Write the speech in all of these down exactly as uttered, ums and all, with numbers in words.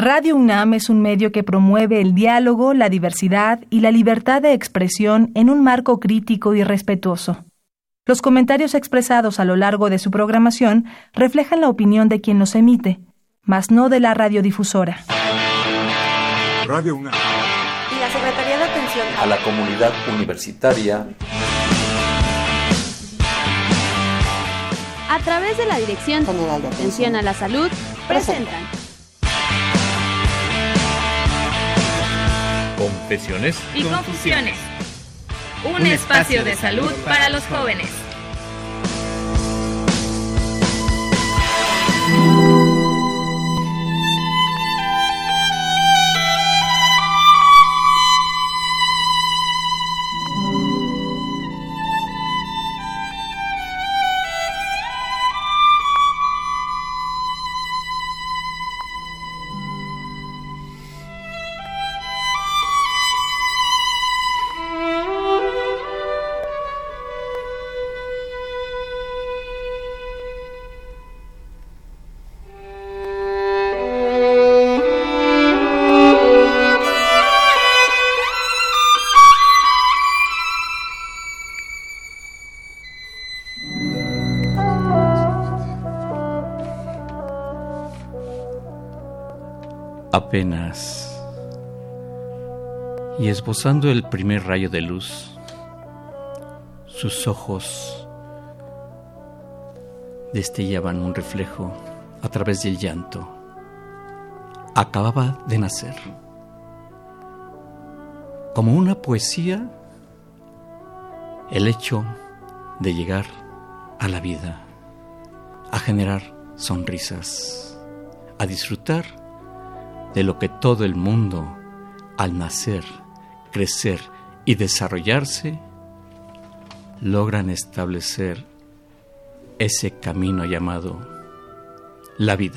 Radio UNAM es un medio que promueve el diálogo, la diversidad y la libertad de expresión en un marco crítico y respetuoso. Los comentarios expresados a lo largo de su programación reflejan la opinión de quien los emite, mas no de la radiodifusora. Radio UNAM y la Secretaría de Atención a la Comunidad Universitaria, a través de la Dirección General de Atención a la Salud, presentan Confesiones y Confusiones, un, un espacio de salud para los jóvenes. Apenas, y esbozando el primer rayo de luz, sus ojos destellaban un reflejo a través del llanto. Acababa de nacer. Como una poesía, el hecho de llegar a la vida, a generar sonrisas, a disfrutar de lo que todo el mundo, al nacer, crecer y desarrollarse, logran establecer ese camino llamado la vida.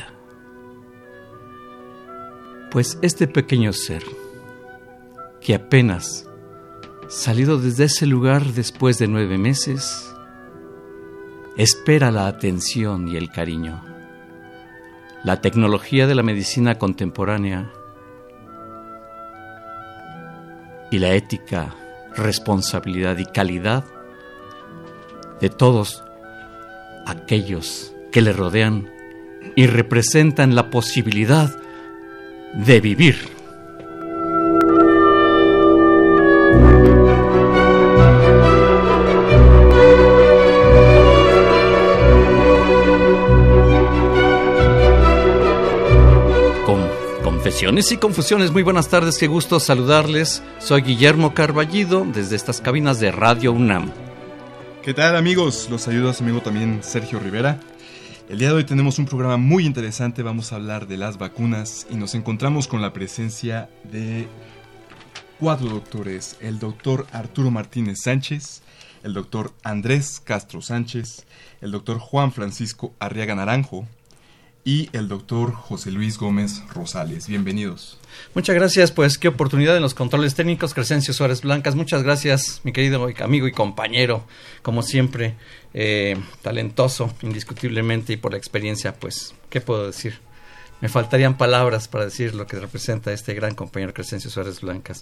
Pues este pequeño ser, que apenas salido desde ese lugar después de nueve meses, espera la atención y el cariño. La tecnología de la medicina contemporánea y la ética, responsabilidad y calidad de todos aquellos que le rodean y representan la posibilidad de vivir. Confesiones y Confusiones, muy buenas tardes, qué gusto saludarles. Soy Guillermo Carballido desde estas cabinas de Radio UNAM. ¿Qué tal, amigos? Los saluda su amigo también Sergio Rivera. El día de hoy tenemos un programa muy interesante, vamos a hablar de las vacunas y nos encontramos con la presencia de cuatro doctores: el doctor Arturo Martínez Sánchez, el doctor Andrés Castro Sánchez, el doctor Juan Francisco Arriaga Naranjo y el doctor José Luis Gómez Rosales. Bienvenidos. Muchas gracias, pues qué oportunidad en los controles técnicos. Crescencio Suárez Blancas, muchas gracias, mi querido amigo y compañero, como siempre, eh, talentoso, indiscutiblemente, y por la experiencia, pues, ¿qué puedo decir? Me faltarían palabras para decir lo que representa este gran compañero Crescencio Suárez Blancas.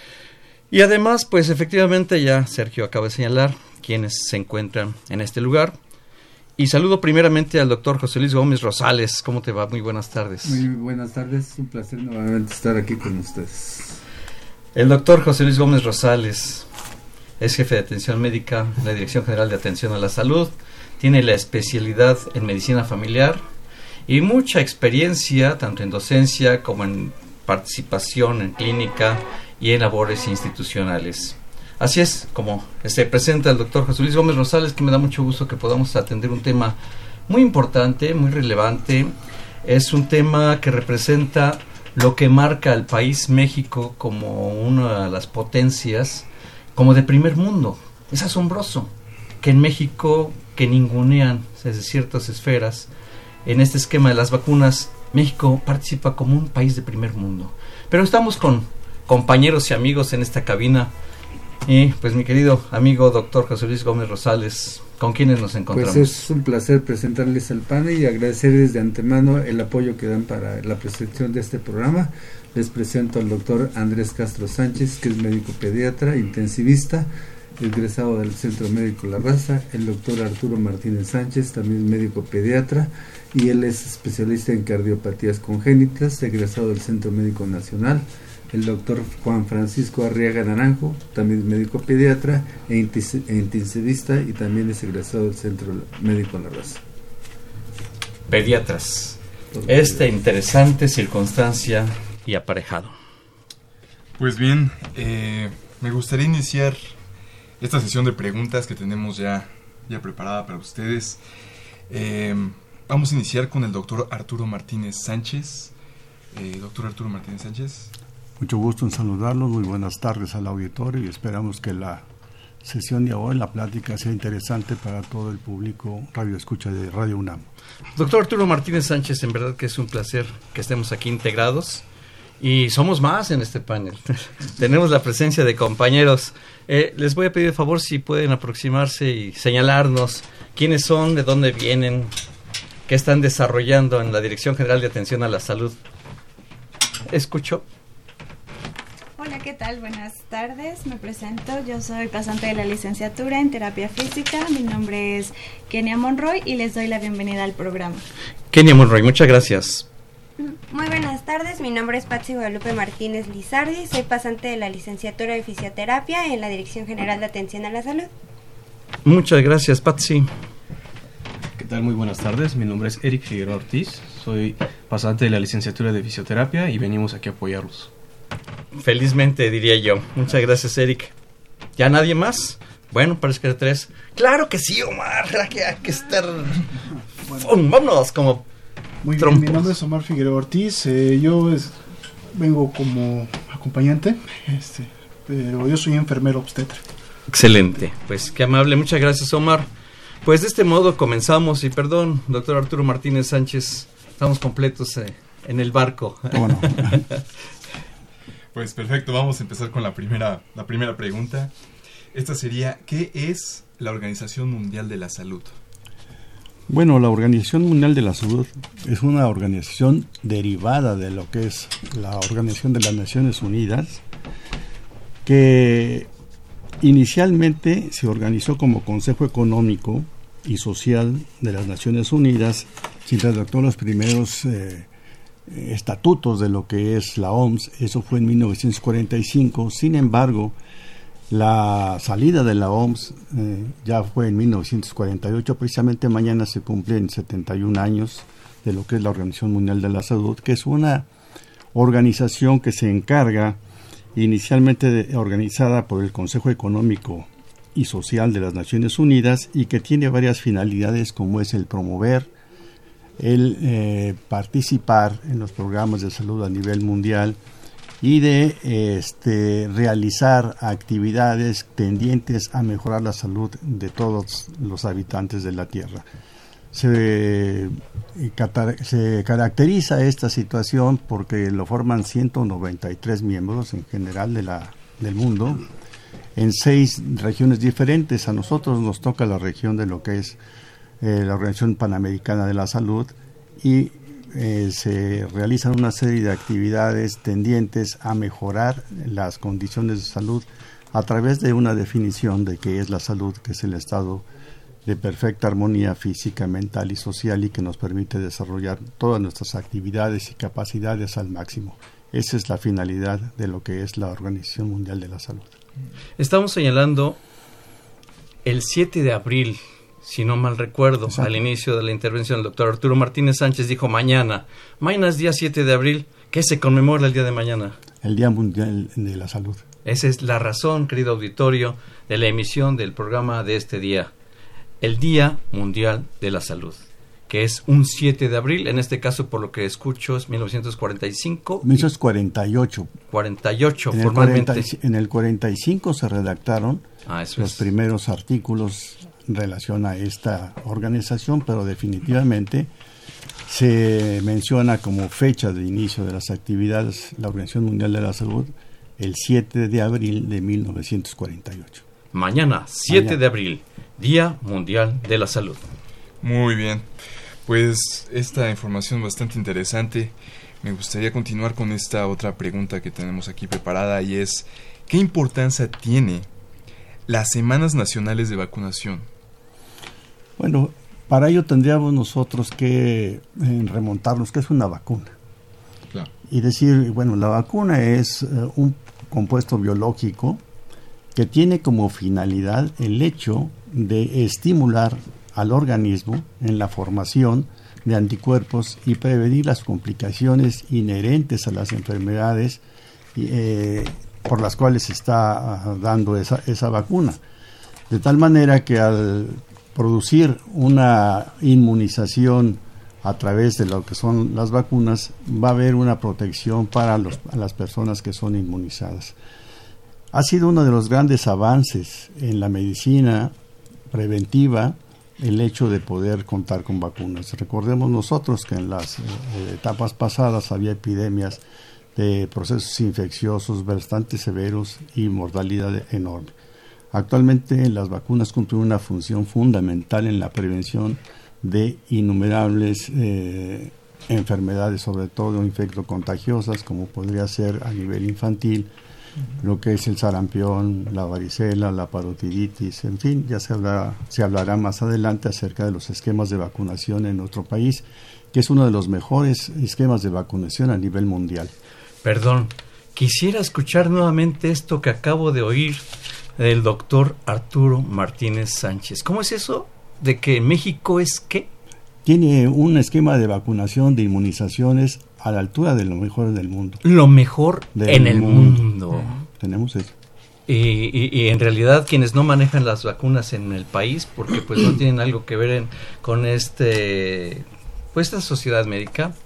Y además, pues efectivamente, ya Sergio acaba de señalar quienes se encuentran en este lugar. Y saludo primeramente al doctor José Luis Gómez Rosales. ¿Cómo te va? Muy buenas tardes. Muy buenas tardes, un placer nuevamente estar aquí con ustedes. El doctor José Luis Gómez Rosales es jefe de atención médica en la Dirección General de Atención a la Salud. Tiene la especialidad en medicina familiar y mucha experiencia tanto en docencia como en participación en clínica y en labores institucionales. Así es como se presenta el doctor José Luis Gómez Rosales, que me da mucho gusto que podamos atender un tema muy importante, muy relevante. Es un tema que representa lo que marca al país México como una de las potencias, como de primer mundo. Es asombroso que en México, que ningunean desde ciertas esferas, en este esquema de las vacunas, México participa como un país de primer mundo. Pero estamos con compañeros y amigos en esta cabina Y pues mi querido amigo doctor José Luis Gómez Rosales, ¿con quiénes nos encontramos? Pues es un placer presentarles al panel y agradecerles de antemano el apoyo que dan para la presentación de este programa. Les presento al doctor Andrés Castro Sánchez, que es médico pediatra, intensivista, egresado del Centro Médico La Raza, el doctor Arturo Martínez Sánchez, también médico pediatra, y él es especialista en cardiopatías congénitas, egresado del Centro Médico Nacional, el doctor Juan Francisco Arriaga Naranjo, también médico pediatra e intensivista, y también es egresado del Centro Médico La Raza. Pediatras, esta interesante circunstancia y aparejado. Pues bien, eh, me gustaría iniciar esta sesión de preguntas que tenemos ya, ya preparada para ustedes. Eh, vamos a iniciar con el doctor Arturo Martínez Sánchez. Eh, doctor Arturo Martínez Sánchez. Mucho gusto en saludarlos, muy buenas tardes al auditorio y esperamos que la sesión de hoy, la plática, sea interesante para todo el público radio escucha de Radio UNAM. Doctor Arturo Martínez Sánchez, en verdad que es un placer que estemos aquí integrados. Y somos más en este panel. Tenemos la presencia de compañeros. Eh, les voy a pedir de favor si pueden aproximarse y señalarnos quiénes son, de dónde vienen, qué están desarrollando en la Dirección General de Atención a la Salud. ¿Escucho? Hola, ¿qué tal? Buenas tardes. Me presento. Yo soy pasante de la licenciatura en terapia física. Mi nombre es Kenia Monroy y les doy la bienvenida al programa. Kenia Monroy, muchas gracias. Muy buenas tardes, mi nombre es Patsy Guadalupe Martínez Lizardi, soy pasante de la licenciatura de fisioterapia en la Dirección General de Atención a la Salud. Muchas gracias, Patsy. ¿Qué tal? Muy buenas tardes, mi nombre es Eric Figueroa Ortiz, soy pasante de la licenciatura de fisioterapia y venimos aquí a apoyarlos. Felizmente, diría yo. Muchas gracias, Eric. ¿Ya nadie más? Bueno, parece que hay tres. ¡Claro que sí, Omar! Que hay que estar... Bueno. Vámonos, como... Muy bien, mi nombre es Omar Figueroa Ortiz, eh, yo es, vengo como acompañante, este, pero yo soy enfermero obstetra. Excelente, pues qué amable, muchas gracias, Omar. Pues de este modo comenzamos y perdón, doctor Arturo Martínez Sánchez, estamos completos eh, en el barco. Bueno. Pues perfecto, vamos a empezar con la primera, la primera pregunta. Esta sería, ¿qué es la Organización Mundial de la Salud? Bueno, la Organización Mundial de la Salud es una organización derivada de lo que es la Organización de las Naciones Unidas, que inicialmente se organizó como Consejo Económico y Social de las Naciones Unidas, se redactó los primeros eh, estatutos de lo que es la O M S, eso fue en mil novecientos cuarenta y cinco, sin embargo, la salida de la O M S eh, ya fue en mil novecientos cuarenta y ocho, precisamente mañana se cumplen setenta y un años de lo que es la Organización Mundial de la Salud, que es una organización que se encarga inicialmente de, organizada por el Consejo Económico y Social de las Naciones Unidas y que tiene varias finalidades como es el promover, el eh, participar en los programas de salud a nivel mundial y de este, realizar actividades tendientes a mejorar la salud de todos los habitantes de la Tierra. Se, se caracteriza esta situación porque lo forman ciento noventa y tres miembros en general de la, del mundo, en seis regiones diferentes. A nosotros nos toca la región de lo que es eh, la Organización Panamericana de la Salud y Eh, se realizan una serie de actividades tendientes a mejorar las condiciones de salud a través de una definición de qué es la salud, que es el estado de perfecta armonía física, mental y social y que nos permite desarrollar todas nuestras actividades y capacidades al máximo. Esa es la finalidad de lo que es la Organización Mundial de la Salud. Estamos señalando el siete de abril, si no mal recuerdo. Exacto. Al inicio de la intervención el doctor Arturo Martínez Sánchez dijo mañana. Mañana es día siete de abril. ¿Qué se conmemora el día de mañana? El Día Mundial de la Salud. Esa es la razón, querido auditorio, de la emisión del programa de este día. El Día Mundial de la Salud, que es un siete de abril, en este caso por lo que escucho es mil novecientos cuarenta y cinco. mil novecientos cuarenta y ocho. cuarenta y ocho en formalmente. El cuarenta, en el cuarenta y cinco se redactaron ah, eso los es. primeros artículos en relación a esta organización, pero definitivamente se menciona como fecha de inicio de las actividades la Organización Mundial de la Salud el siete de abril de mil novecientos cuarenta y ocho. Mañana, siete Mañana. de abril, Día Mundial de la Salud. Muy bien, pues esta información bastante interesante. Me gustaría continuar con esta otra pregunta que tenemos aquí preparada, y es, ¿qué importancia tiene las semanas nacionales de vacunación? Bueno, para ello tendríamos nosotros que eh, remontarnos qué es una vacuna. Claro. Y decir, bueno, la vacuna es eh, un compuesto biológico que tiene como finalidad el hecho de estimular al organismo en la formación de anticuerpos y prevenir las complicaciones inherentes a las enfermedades eh, por las cuales se está uh, dando esa, esa vacuna. De tal manera que al producir una inmunización a través de lo que son las vacunas, va a haber una protección para los, a las personas que son inmunizadas. Ha sido uno de los grandes avances en la medicina preventiva el hecho de poder contar con vacunas. Recordemos nosotros que en las eh, etapas pasadas había epidemias de procesos infecciosos bastante severos y mortalidad enorme. Actualmente las vacunas cumplen una función fundamental en la prevención de innumerables eh, enfermedades, sobre todo infectocontagiosas, como podría ser a nivel infantil, lo que es el sarampión, la varicela, la parotiditis, en fin, ya se hablará, se hablará más adelante acerca de los esquemas de vacunación en nuestro país, que es uno de los mejores esquemas de vacunación a nivel mundial. Perdón, quisiera escuchar nuevamente esto que acabo de oír del doctor Arturo Martínez Sánchez. ¿Cómo es eso de que México es qué? Tiene un esquema de vacunación, de inmunizaciones a la altura de lo mejor del mundo. Lo mejor del en el mundo. mundo. Tenemos eso. Y, y, y en realidad quienes no manejan las vacunas en el país, porque pues no tienen algo que ver en, con este, pues esta sociedad médica,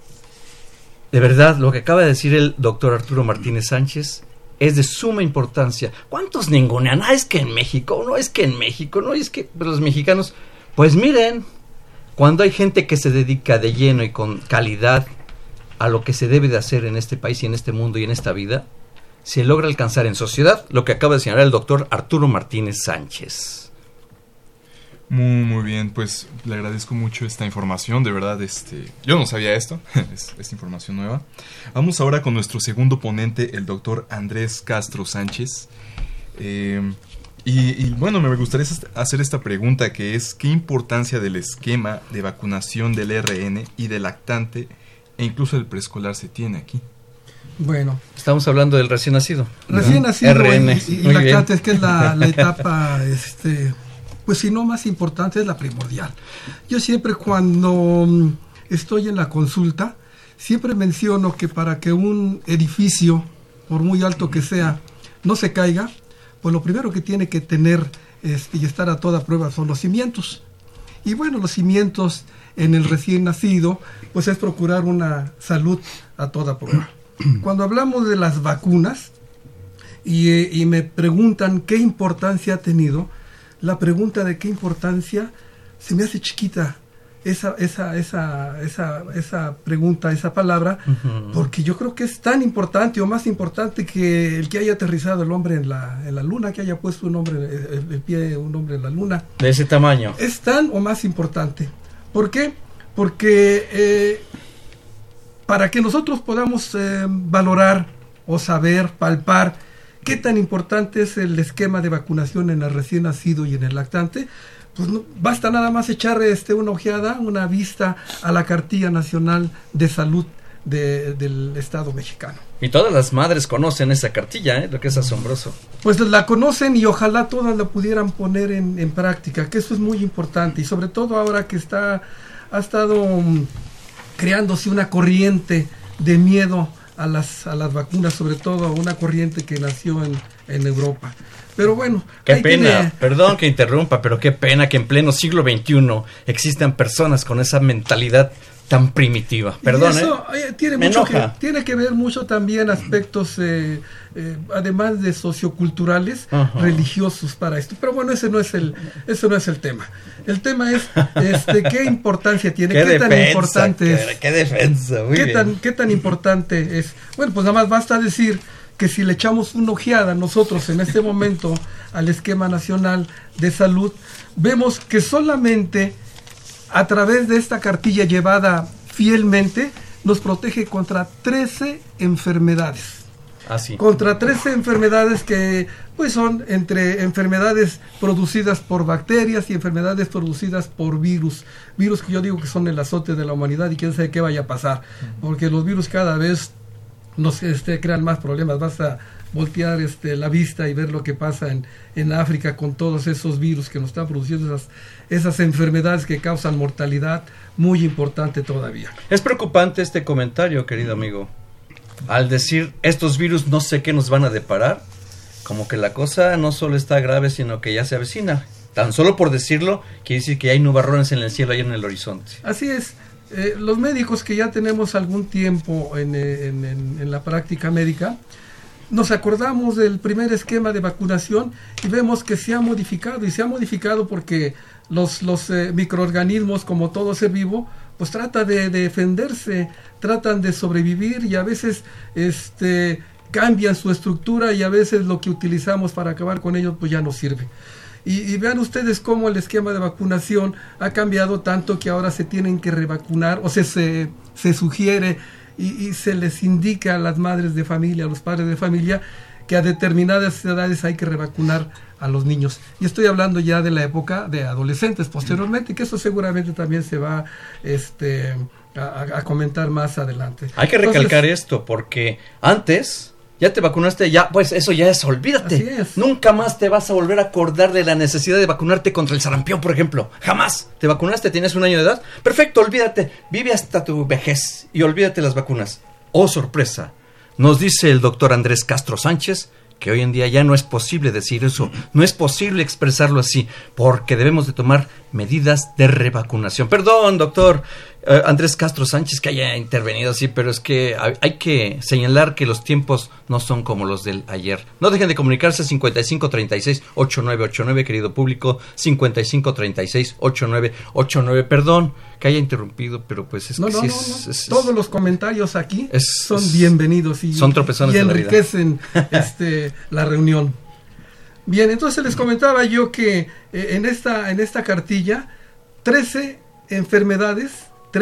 de verdad, lo que acaba de decir el doctor Arturo Martínez Sánchez es de suma importancia. ¿Cuántos ningunean? Ah, es que en México, no es que en México, no es que los mexicanos, pues miren, cuando hay gente que se dedica de lleno y con calidad a lo que se debe de hacer en este país y en este mundo y en esta vida, se logra alcanzar en sociedad lo que acaba de señalar el doctor Arturo Martínez Sánchez. Muy, muy bien, pues le agradezco mucho esta información, de verdad, este, yo no sabía esto, es, es información nueva. Vamos ahora con nuestro segundo ponente, el doctor Andrés Castro Sánchez. Eh, y, y bueno, me gustaría hacer esta pregunta, que es, ¿qué importancia del esquema de vacunación del R N y del lactante e incluso el preescolar se tiene aquí? Bueno, estamos hablando del recién nacido. Recién nacido R N. y, y lactante, es que es la, la etapa, este, pues si no más importante, es la primordial. Yo siempre cuando estoy en la consulta, siempre menciono que para que un edificio, por muy alto que sea, no se caiga, pues lo primero que tiene que tener este, y estar a toda prueba son los cimientos. Y bueno, los cimientos en el recién nacido, pues es procurar una salud a toda prueba. Cuando hablamos de las vacunas y, eh, y me preguntan qué importancia ha tenido, la pregunta de qué importancia se me hace chiquita esa esa esa esa esa pregunta, esa palabra, uh-huh. porque yo creo que es tan importante o más importante que el que haya aterrizado el hombre en la en la luna, que haya puesto un hombre el, el pie un hombre en la luna. De ese tamaño. Es tan o más importante. ¿Por qué? Porque eh, para que nosotros podamos eh, valorar o saber, palpar qué tan importante es el esquema de vacunación en el recién nacido y en el lactante, pues no, basta nada más echar este, una ojeada, una vista a la Cartilla Nacional de Salud de, del Estado mexicano. Y todas las madres conocen esa cartilla, ¿eh? Lo que es asombroso. Pues la conocen y ojalá todas la pudieran poner en, en práctica, que eso es muy importante, y sobre todo ahora que está ha estado um, creándose una corriente de miedo a las a las vacunas, sobre todo una corriente que nació en, en Europa. Pero bueno, qué pena, tiene... perdón que interrumpa, pero qué pena que en pleno siglo veintiuno existan personas con esa mentalidad tan primitiva. Perdón, eso, ¿eh? eh, tiene Me mucho enoja. que tiene que ver mucho también aspectos eh, eh, además de socioculturales, uh-huh. religiosos para esto. Pero bueno, ese no es el ese no es el tema. El tema es este qué importancia tiene, qué, qué defensa, tan importante qué, es. Qué defensa, muy qué bien. tan qué tan importante es. Bueno, pues nada más basta decir que si le echamos una ojeada nosotros en este momento al esquema nacional de salud, vemos que solamente a través de esta cartilla llevada fielmente nos protege contra trece enfermedades. Así. Contra trece enfermedades que pues son entre enfermedades producidas por bacterias y enfermedades producidas por virus. Virus que yo digo que son el azote de la humanidad y quién sabe qué vaya a pasar. Porque los virus cada vez nos este, crean más problemas. Basta voltear este, la vista y ver lo que pasa en, en África con todos esos virus que nos están produciendo esas, esas enfermedades que causan mortalidad muy importante todavía. Es preocupante este comentario, querido amigo. Al decir estos virus no sé qué nos van a deparar, como que la cosa no solo está grave, sino que ya se avecina. Tan solo por decirlo, quiere decir que hay nubarrones en el cielo, ahí en el horizonte. Así es. Eh, los médicos que ya tenemos algún tiempo en, en, en, en la práctica médica, nos acordamos del primer esquema de vacunación y vemos que se ha modificado, y se ha modificado porque los, los eh, microorganismos, como todo ser vivo, pues trata de, de defenderse, tratan de sobrevivir y a veces este, cambian su estructura y a veces lo que utilizamos para acabar con ellos pues ya no sirve. Y, y vean ustedes cómo el esquema de vacunación ha cambiado tanto que ahora se tienen que revacunar, o sea, se, se sugiere y, y se les indica a las madres de familia, a los padres de familia, que a determinadas edades hay que revacunar a los niños. Y estoy hablando ya de la época de adolescentes posteriormente, que eso seguramente también se va este, a, a comentar más adelante. Hay que recalcar Entonces, esto, porque antes ya te vacunaste, ya pues eso ya es, olvídate. Así es. Nunca más te vas a volver a acordar de la necesidad de vacunarte contra el sarampión, por ejemplo. Jamás. Te vacunaste, tienes un año de edad. Perfecto, olvídate. Vive hasta tu vejez y olvídate las vacunas. Oh, sorpresa. Nos dice el doctor Andrés Castro Sánchez que hoy en día ya no es posible decir eso, no es posible expresarlo así, porque debemos de tomar medidas de revacunación. Perdón, doctor eh, Andrés Castro Sánchez, que haya intervenido así, pero es que hay, hay que señalar que los tiempos no son como los del ayer. No dejen de comunicarse, cincuenta y cinco treinta y seis ochenta y nueve ochenta y nueve, querido público, cincuenta y cinco treinta y seis ochenta y nueve ochenta y nueve. Perdón que haya interrumpido, pero pues es no, que no, sí no, es, no. es, es... Todos los comentarios aquí es, son es, bienvenidos y, son tropezones y de la vida. enriquecen este, la reunión. Bien, entonces les comentaba yo que eh, en esta en esta cartilla trece enfermedades,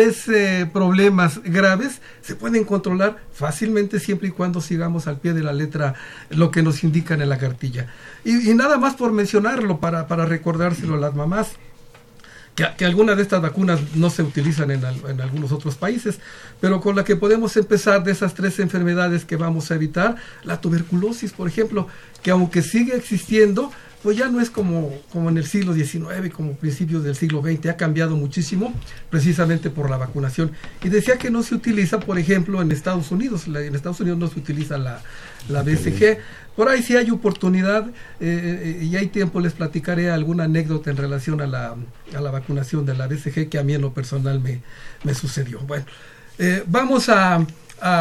trece problemas graves se pueden controlar fácilmente siempre y cuando sigamos al pie de la letra lo que nos indican en la cartilla. Y, y nada más por mencionarlo para, para recordárselo a las mamás, que, que algunas de estas vacunas no se utilizan en, en algunos otros países, pero con la que podemos empezar de esas tres enfermedades que vamos a evitar, la tuberculosis, por ejemplo, que aunque sigue existiendo, pues ya no es como, como en el siglo diecinueve, como principios del siglo veinte, ha cambiado muchísimo precisamente por la vacunación. Y decía que no se utiliza, por ejemplo, en Estados Unidos, la, en Estados Unidos no se utiliza la, la B C G. Por ahí sí hay oportunidad eh, y hay tiempo les platicaré alguna anécdota en relación a la, a la vacunación de la B C G que a mí en lo personal me, me sucedió. Bueno, eh, vamos a, a,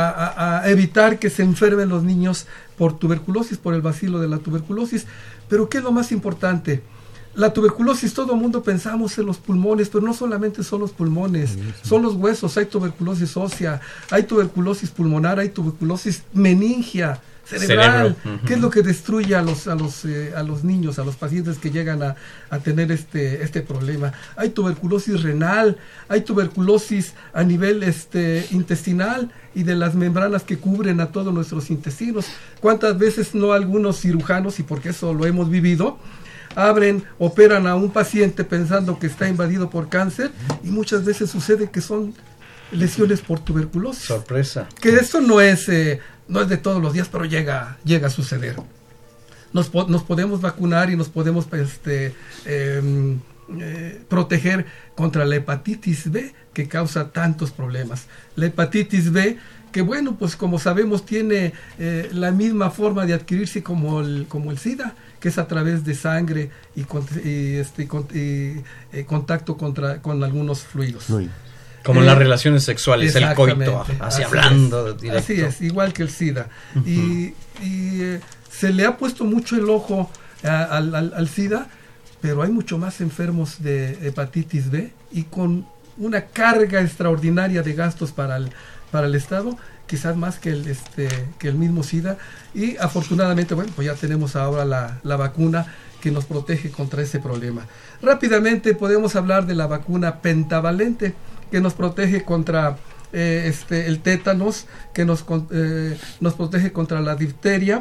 a evitar que se enfermen los niños por tuberculosis, por el bacilo de la tuberculosis. Pero ¿qué es lo más importante? La tuberculosis, todo el mundo pensamos en los pulmones, pero no solamente son los pulmones, sí, sí. son los huesos, hay tuberculosis ósea, hay tuberculosis pulmonar, hay tuberculosis meningia, cerebral, uh-huh. que es lo que destruye a los a los eh, a los niños, a los pacientes que llegan a, a tener este este problema. Hay tuberculosis renal, hay tuberculosis a nivel este intestinal y de las membranas que cubren a todos nuestros intestinos. ¿Cuántas veces no algunos cirujanos, y porque eso lo hemos vivido, abren, operan a un paciente pensando que está invadido por cáncer y muchas veces sucede que son lesiones por tuberculosis? Sorpresa. Que esto no es eh, no es de todos los días, pero llega llega a suceder. Nos, nos podemos vacunar y nos podemos este, eh, eh, proteger contra la hepatitis B, que causa tantos problemas. La hepatitis B, que bueno, pues como sabemos tiene eh, la misma forma de adquirirse como el, como el SIDA, que es a través de sangre y, y, este, y, y eh, contacto contra, con algunos fluidos. Sí. Como eh, las relaciones sexuales, el coito, así, así hablando es, directo. Así es, igual que el SIDA. Uh-huh. Y, y eh, se le ha puesto mucho el ojo a, al, al, al SIDA, pero hay mucho más enfermos de hepatitis B y con una carga extraordinaria de gastos para el, para el Estado, quizás más que el, este, que el mismo SIDA, y afortunadamente, bueno, pues ya tenemos ahora la, la vacuna que nos protege contra ese problema. Rápidamente podemos hablar de la vacuna pentavalente, que nos protege contra eh, este, el tétanos, que nos, eh, nos protege contra la difteria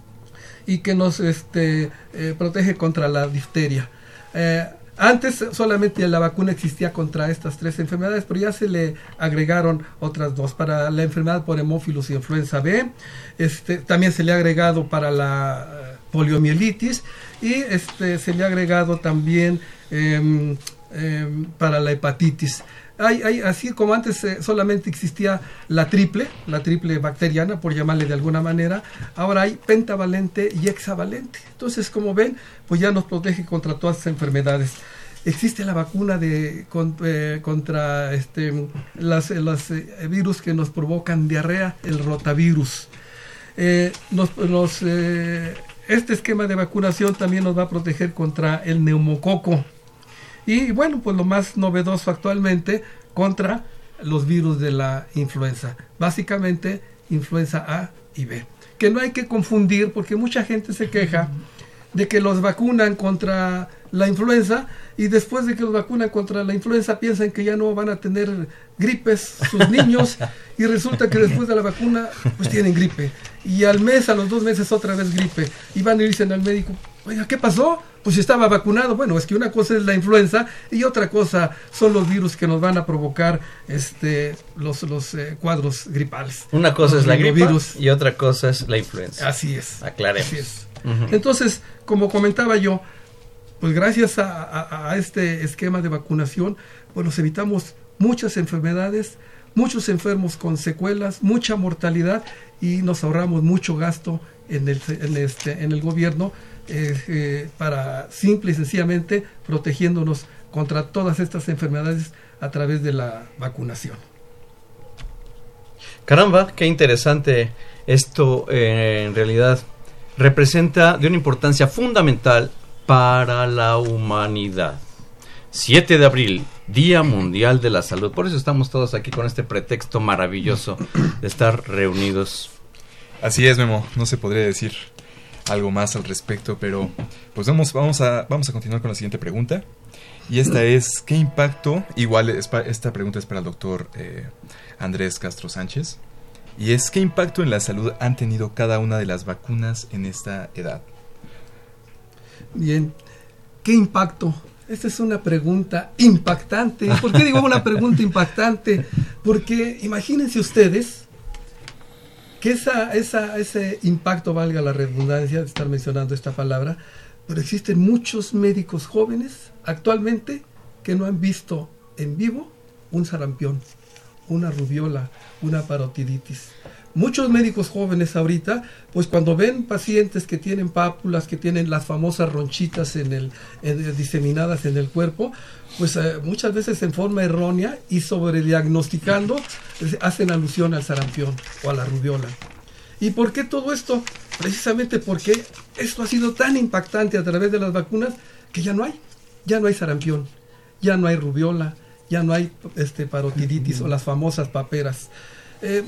y que nos este, eh, protege contra la difteria. Eh, Antes solamente la vacuna existía contra estas tres enfermedades, pero ya se le agregaron otras dos, para la enfermedad por hemófilos y influenza B, este, también se le ha agregado para la poliomielitis y este, se le ha agregado también eh, eh, para la hepatitis. Hay, hay, así como antes eh, solamente existía la triple, la triple bacteriana, por llamarle de alguna manera, ahora hay pentavalente y hexavalente. Entonces, como ven, pues ya nos protege contra todas estas enfermedades. Existe la vacuna de con, eh, contra este, las, los eh, virus que nos provocan diarrea, el rotavirus. Eh, nos, nos, eh, este esquema de vacunación también nos va a proteger contra el neumococo. Y bueno, pues lo más novedoso actualmente contra los virus de la influenza. Básicamente, influenza A y B. Que no hay que confundir porque mucha gente se queja de que los vacunan contra la influenza y después de que los vacunan contra la influenza piensan que ya no van a tener gripes sus niños y resulta que después de la vacuna pues tienen gripe. Y al mes, a los dos meses otra vez gripe. Y van y dicen al médico, oiga, ¿qué pasó? Pues estaba vacunado. Bueno, es que una cosa es la influenza y otra cosa son los virus que nos van a provocar este los, los eh, cuadros gripales. Una cosa los es la gripe virus. Y otra cosa es la influenza. Así es. Aclaremos. Así es. Uh-huh. Entonces, como comentaba yo, pues gracias a, a, a este esquema de vacunación, pues nos evitamos muchas enfermedades, muchos enfermos con secuelas, mucha mortalidad y nos ahorramos mucho gasto en el, en este, en el gobierno eh, eh, para simple y sencillamente protegiéndonos contra todas estas enfermedades a través de la vacunación. Caramba, qué interesante esto. Eh, en realidad representa de una importancia fundamental para la humanidad. siete de abril, Día Mundial de la Salud. Por eso estamos todos aquí con este pretexto maravilloso de estar reunidos. Así es, Memo, no se podría decir algo más al respecto, pero pues vamos, vamos, a, vamos a continuar con la siguiente pregunta. Y esta es, ¿qué impacto? Igual es pa, esta pregunta es para el doctor eh, Andrés Castro Sánchez. Y es, ¿qué impacto en la salud han tenido cada una de las vacunas en esta edad? Bien, ¿qué impacto? Esta es una pregunta impactante. ¿Por qué digo una pregunta impactante? Porque imagínense ustedes que esa, esa, ese impacto, valga la redundancia de estar mencionando esta palabra, pero existen muchos médicos jóvenes actualmente que no han visto en vivo un sarampión, una rubiola, una parotiditis. Muchos médicos jóvenes ahorita, pues cuando ven pacientes que tienen pápulas, que tienen las famosas ronchitas en el, en, diseminadas en el cuerpo, pues eh, muchas veces en forma errónea y sobrediagnosticando eh, hacen alusión al sarampión o a la rubiola. ¿Y por qué todo esto? Precisamente porque esto ha sido tan impactante a través de las vacunas que ya no hay, ya no hay sarampión, ya no hay rubiola, ya no hay este, parotiditis o las famosas paperas. Eh,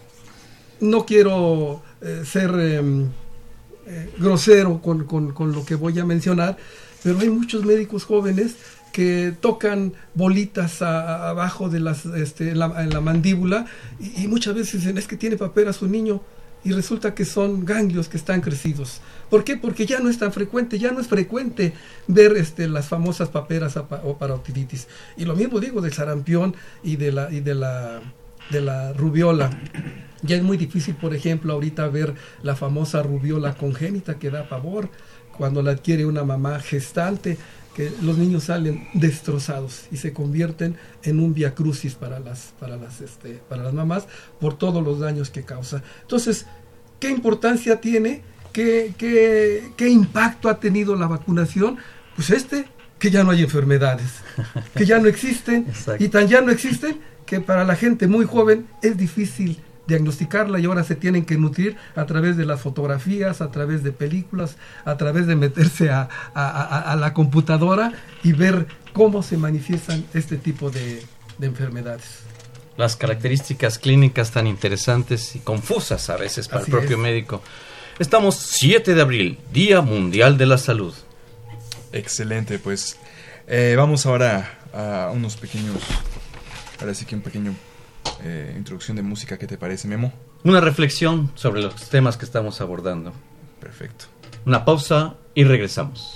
no quiero eh, ser eh, eh, grosero con, con, con lo que voy a mencionar, pero hay muchos médicos jóvenes que tocan bolitas a, a, abajo de las, este, en, la, en la mandíbula y, y muchas veces dicen, es que tiene paperas su niño, y resulta que son ganglios que están crecidos. ¿Por qué? Porque ya no es tan frecuente, ya no es frecuente ver este, las famosas paperas o parotiditis. Y lo mismo digo del sarampión y de la, y de la, de la rubiola. Ya es muy difícil, por ejemplo, ahorita ver la famosa rubiola congénita que da pavor cuando la adquiere una mamá gestante, que los niños salen destrozados y se convierten en un viacrucis para las para las este para las mamás por todos los daños que causa. Entonces, ¿qué importancia tiene? ¿Qué qué qué impacto ha tenido la vacunación? Pues este, que ya no hay enfermedades, que ya no existen. Exacto. Y tan ya no existen que para la gente muy joven es difícil diagnosticarla y ahora se tienen que nutrir a través de las fotografías, a través de películas, a través de meterse a, a, a, a la computadora y ver cómo se manifiestan este tipo de, de enfermedades. las características clínicas tan interesantes y confusas a veces para Así el propio es. médico. Estamos siete de abril, Día Mundial de la Salud. Excelente, pues eh, vamos ahora a unos pequeños, ahora sí que un pequeño eh, introducción de música. ¿Qué te parece, Memo? Una reflexión sobre los temas que estamos abordando. Perfecto. Una pausa y regresamos.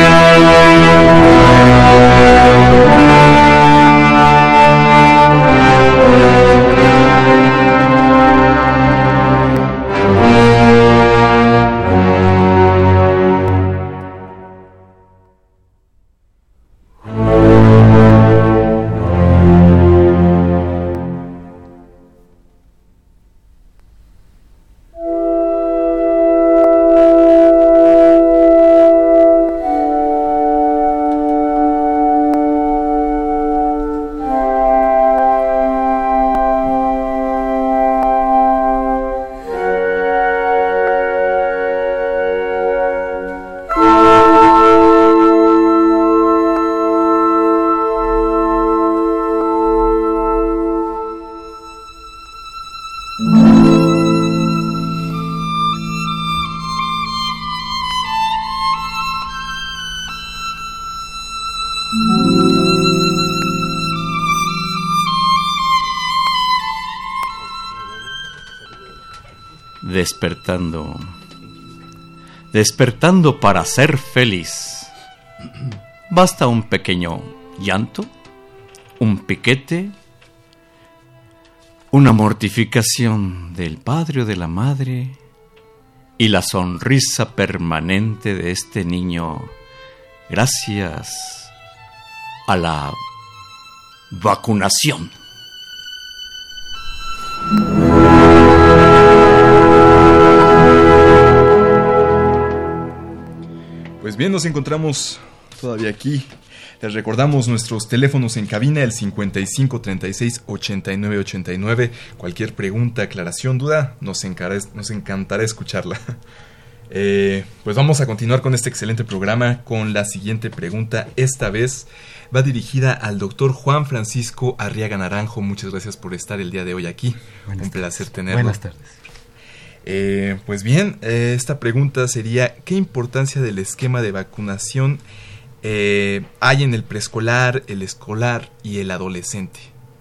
Despertando. Despertando para ser feliz. Basta un pequeño llanto, un piquete, una mortificación del padre o de la madre y la sonrisa permanente de este niño gracias a la vacunación. Pues bien, nos encontramos todavía aquí. Les recordamos nuestros teléfonos en cabina, el cincuenta y cinco, treinta y seis, ochenta y nueve, ochenta y nueve. Cualquier pregunta, aclaración, duda, nos, encará, nos encantará escucharla. Eh, pues vamos a continuar con este excelente programa con la siguiente pregunta. Esta vez va dirigida al doctor Juan Francisco Arriaga Naranjo. Muchas gracias por estar el día de hoy aquí. Buenas Un tardes. placer tenerlo. Buenas tardes. Eh, pues bien, eh, esta pregunta sería: ¿qué importancia del esquema de vacunación eh, hay en el preescolar, el escolar y el adolescente?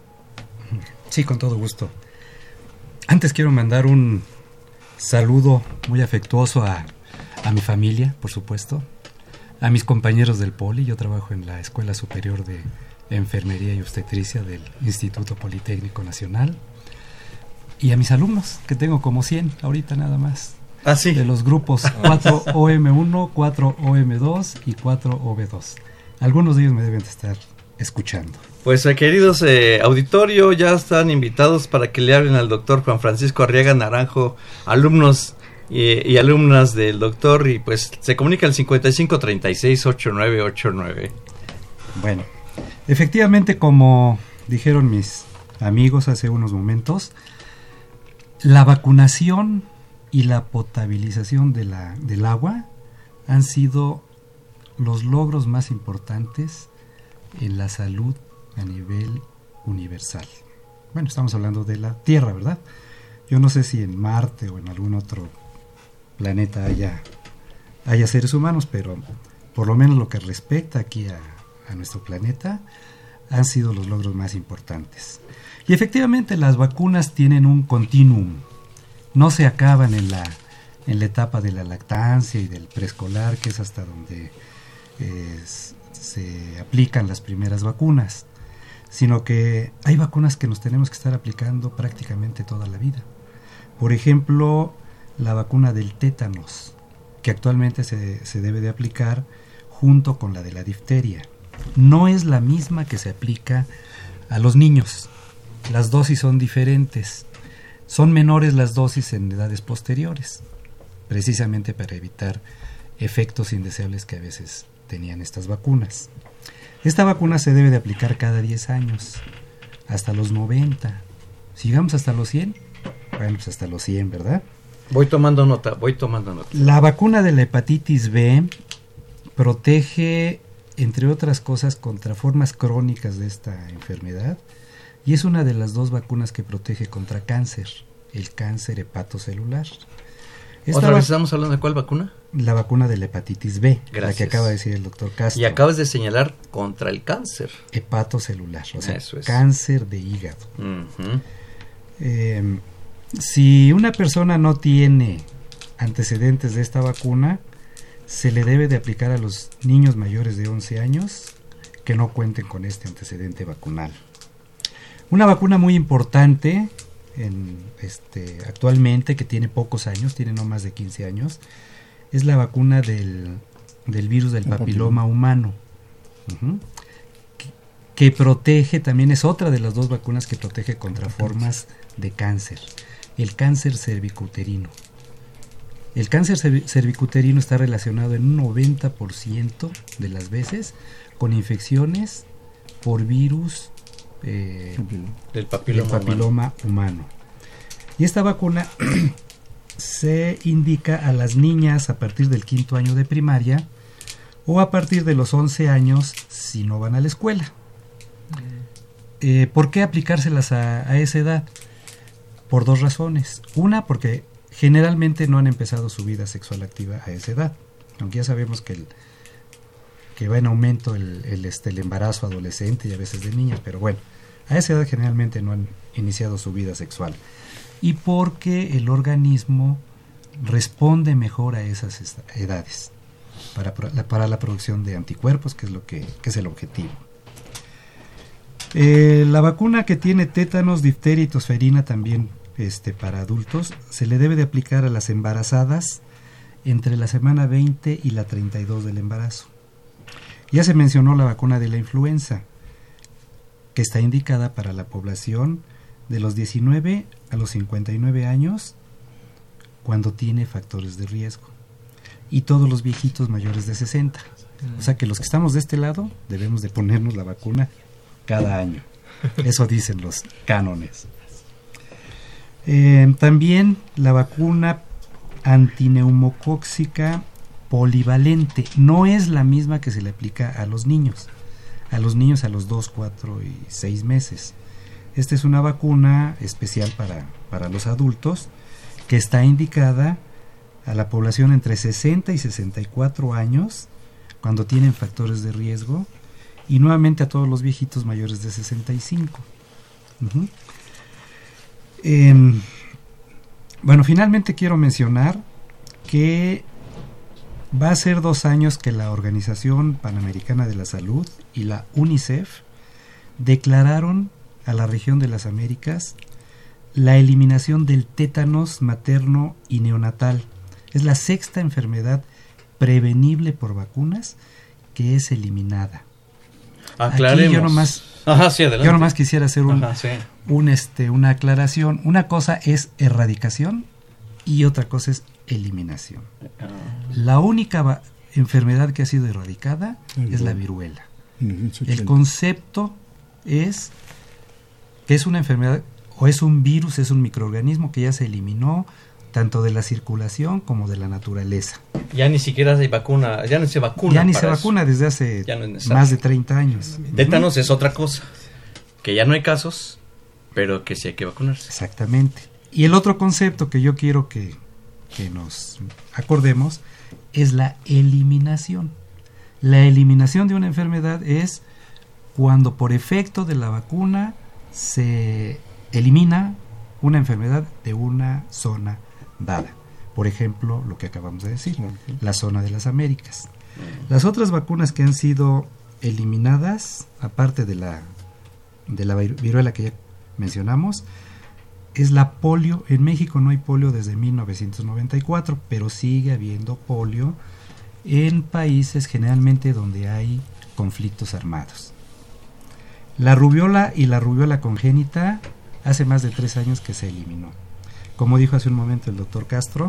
Sí, con todo gusto. Antes quiero mandar un saludo muy afectuoso a, a mi familia, por supuesto, a mis compañeros del Poli. Yo trabajo en la Escuela Superior de Enfermería y Obstetricia del Instituto Politécnico Nacional. Y a mis alumnos, que tengo como cien ahorita nada más. Ah, sí. De los grupos cuatro O M uno, cuatro O M dos y cuatro O B dos. Algunos de ellos me deben de estar escuchando. Pues eh, queridos eh, auditorio, ya están invitados para que le hablen al doctor Juan Francisco Arriaga Naranjo, alumnos y, y alumnas del doctor, y pues se comunica al cincuenta y cinco, treinta y seis, ochenta y nueve ochenta y nueve. Bueno, efectivamente, como dijeron mis amigos hace unos momentos, la vacunación y la potabilización de la, del agua han sido los logros más importantes en la salud a nivel universal. Bueno, estamos hablando de la Tierra, ¿verdad? Yo no sé si en Marte o en algún otro planeta haya, haya seres humanos, pero por lo menos lo que respecta aquí a, a nuestro planeta han sido los logros más importantes. Y efectivamente las vacunas tienen un continuum, no se acaban en la, en la etapa de la lactancia y del preescolar, que es hasta donde eh, se aplican las primeras vacunas, sino que hay vacunas que nos tenemos que estar aplicando prácticamente toda la vida. Por ejemplo, la vacuna del tétanos, que actualmente se, se debe de aplicar junto con la de la difteria. No es la misma que se aplica a los niños. Las dosis son diferentes. Son menores las dosis en edades posteriores, precisamente para evitar efectos indeseables que a veces tenían estas vacunas. Esta vacuna se debe de aplicar cada diez años, hasta los noventa. Si llegamos hasta los cien, bueno, pues hasta los cien, ¿verdad? Voy tomando nota, voy tomando nota. La vacuna de la hepatitis B protege, entre otras cosas, contra formas crónicas de esta enfermedad, y es una de las dos vacunas que protege contra cáncer, el cáncer hepatocelular. Esta ¿Otra vez vac- estamos hablando de cuál vacuna? La vacuna de la hepatitis B, Gracias. la que acaba de decir el doctor Castro. Y acabas de señalar contra el cáncer. Hepatocelular, o sea, Eso es. cáncer de hígado. Uh-huh. Eh, si una persona no tiene antecedentes de esta vacuna, se le debe de aplicar a los niños mayores de once años que no cuenten con este antecedente vacunal. Una vacuna muy importante en este actualmente, que tiene pocos años, tiene no más de quince años, es la vacuna del, del virus del papiloma humano. Uh-huh. que, que protege, también es otra de las dos vacunas que protege contra formas de cáncer, el cáncer cervicuterino. El cáncer cerv- cervicuterino está relacionado en un noventa por ciento de las veces con infecciones por virus eh, del papiloma, del papiloma humano. humano. Y esta vacuna se indica a las niñas a partir del quinto año de primaria o a partir de los once años si no van a la escuela. Eh, ¿Por qué aplicárselas a, a esa edad? Por dos razones. Una, porque generalmente no han empezado su vida sexual activa a esa edad, aunque ya sabemos que, el, que va en aumento el, el, este, el embarazo adolescente y a veces de niñas, pero bueno, a esa edad generalmente no han iniciado su vida sexual. Y porque el organismo responde mejor a esas edades para, para la producción de anticuerpos, que es lo que, que es el objetivo. Eh, la vacuna que tiene tétanos, difteria y tosferina también este, para adultos se le debe de aplicar a las embarazadas entre la semana veinte y la treinta y dos del embarazo. Ya se mencionó la vacuna de la influenza, que está indicada para la población de los diecinueve a los cincuenta y nueve años cuando tiene factores de riesgo, y todos los viejitos mayores de sesenta. O sea que los que estamos de este lado debemos de ponernos la vacuna cada año. Eso dicen los cánones. Eh, también la vacuna antineumocóxica polivalente no es la misma que se le aplica a los niños. A los niños a los dos, cuatro y seis meses. Esta es una vacuna especial para, para los adultos que está indicada a la población entre sesenta y sesenta y cuatro años cuando tienen factores de riesgo, y nuevamente a todos los viejitos mayores de sesenta y cinco. Uh-huh. Eh, bueno, finalmente quiero mencionar que va a ser dos años que la Organización Panamericana de la Salud y la UNICEF declararon a la región de las Américas la eliminación del tétanos materno y neonatal. Es la sexta enfermedad prevenible por vacunas que es eliminada. Aclaremos. Aquí yo nomás, Ajá, sí, adelante. yo nomás quisiera hacer un, Ajá, sí. un este, una aclaración. Una cosa es erradicación y otra cosa es eliminación. Ah. La única va- enfermedad que ha sido erradicada El es la gol. viruela. Mm, eso El es el- concepto es que es una enfermedad o es un virus, es un microorganismo que ya se eliminó tanto de la circulación como de la naturaleza. Ya ni siquiera hay vacuna, ya no se vacuna. Ya ni se para eso. vacuna desde hace Ya no es necesario. más de treinta años. Tétanos es otra cosa, que ya no hay casos, pero que sí hay que vacunarse. Exactamente. Y el otro concepto que yo quiero que, que nos acordemos es la eliminación. La eliminación de una enfermedad es cuando por efecto de la vacuna se elimina una enfermedad de una zona dada. Por ejemplo, lo que acabamos de decir, la zona de las Américas. Las otras vacunas que han sido eliminadas, aparte de la, de la vir- viruela que ya mencionamos, es la polio. En México no hay polio desde mil novecientos noventa y cuatro, pero sigue habiendo polio en países generalmente donde hay conflictos armados. La rubiola y la rubiola congénita hace más de tres años que se eliminó. Como dijo hace un momento el doctor Castro,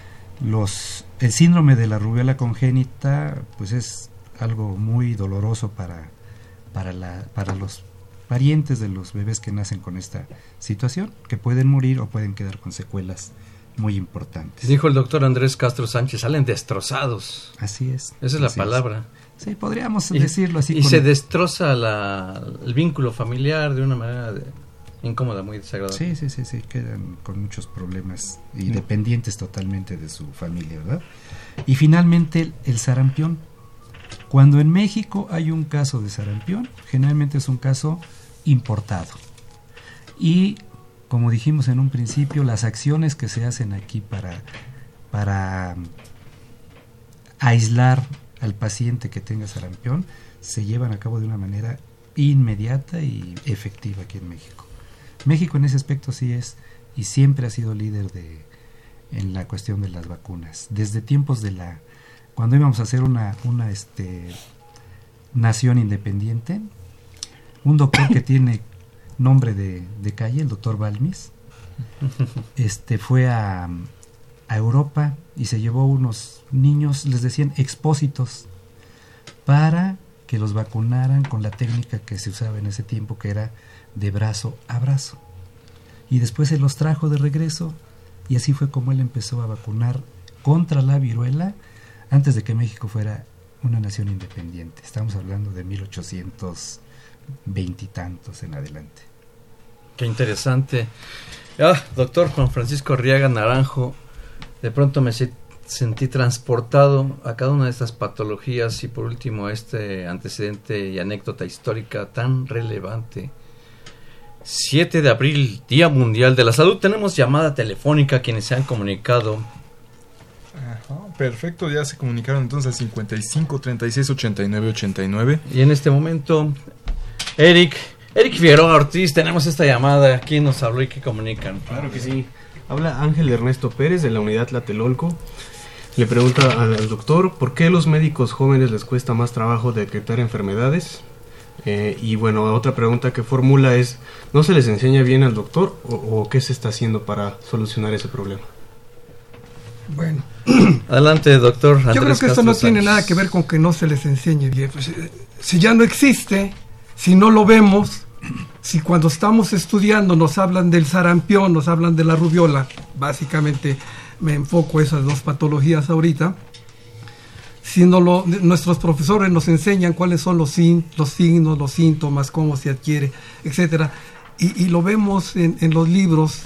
los, el síndrome de la rubiola congénita pues es algo muy doloroso para, para, la, para los parientes de los bebés que nacen con esta situación, que pueden morir o pueden quedar con secuelas muy importantes. Dijo el doctor Andrés Castro Sánchez, salen destrozados. Así es. Esa es la así palabra. Es. Sí, podríamos Y- decirlo así. Y con- se destroza la, el vínculo familiar de una manera de- incómoda, muy desagradable. Sí, sí, sí, sí, quedan con muchos problemas y dependientes totalmente de su familia, ¿verdad? Y finalmente el, el sarampión. Cuando en México hay un caso de sarampión, generalmente es un caso importado. Y como dijimos en un principio, las acciones que se hacen aquí para, para aislar al paciente que tenga sarampión se llevan a cabo de una manera inmediata y efectiva aquí en México. México en ese aspecto sí es y siempre ha sido líder de, en la cuestión de las vacunas. Desde tiempos de la, cuando íbamos a hacer una, una este, nación independiente, un doctor que tiene nombre de, de calle, el doctor Balmis, este, fue a, a Europa y se llevó unos niños, les decían expósitos, para que los vacunaran con la técnica que se usaba en ese tiempo, que era de brazo a brazo. Y después se los trajo de regreso y así fue como él empezó a vacunar contra la viruela antes de que México fuera una nación independiente. Estamos hablando de mil ochocientos veinte y tantos en adelante. Qué interesante. Ah, doctor Juan Francisco Arriaga Naranjo, de pronto me sentí transportado a cada una de estas patologías y por último a este antecedente y anécdota histórica tan relevante. siete de abril, Día Mundial de la Salud. Tenemos llamada telefónica, quienes se han comunicado. Ajá, perfecto, ya se comunicaron entonces al cincuenta y cinco, treinta y seis, ochenta y nueve, ochenta y nueve. Y en este momento, Eric, Eric Figueroa Ortiz, tenemos esta llamada. ¿Quién nos habló y qué comunican? Claro que sí. Habla Ángel Ernesto Pérez de la unidad Tlatelolco. Le pregunta al doctor, ¿por qué a los médicos jóvenes les cuesta más trabajo detectar enfermedades? Eh, y bueno, otra pregunta que formula es, ¿no se les enseña bien al doctor o, o qué se está haciendo para solucionar ese problema? Bueno, adelante, doctor Andrés yo creo que esto Castro no Sánchez. tiene nada que ver con que no se les enseñe bien. Pues, eh, si ya no existe, si no lo vemos, si cuando estamos estudiando nos hablan del sarampión, nos hablan de la rubiola, básicamente me enfoco esas dos patologías ahorita. Si no lo, nuestros profesores nos enseñan cuáles son los, sin, los signos, los síntomas, cómo se adquiere, etcétera, y, y lo vemos en, en los libros,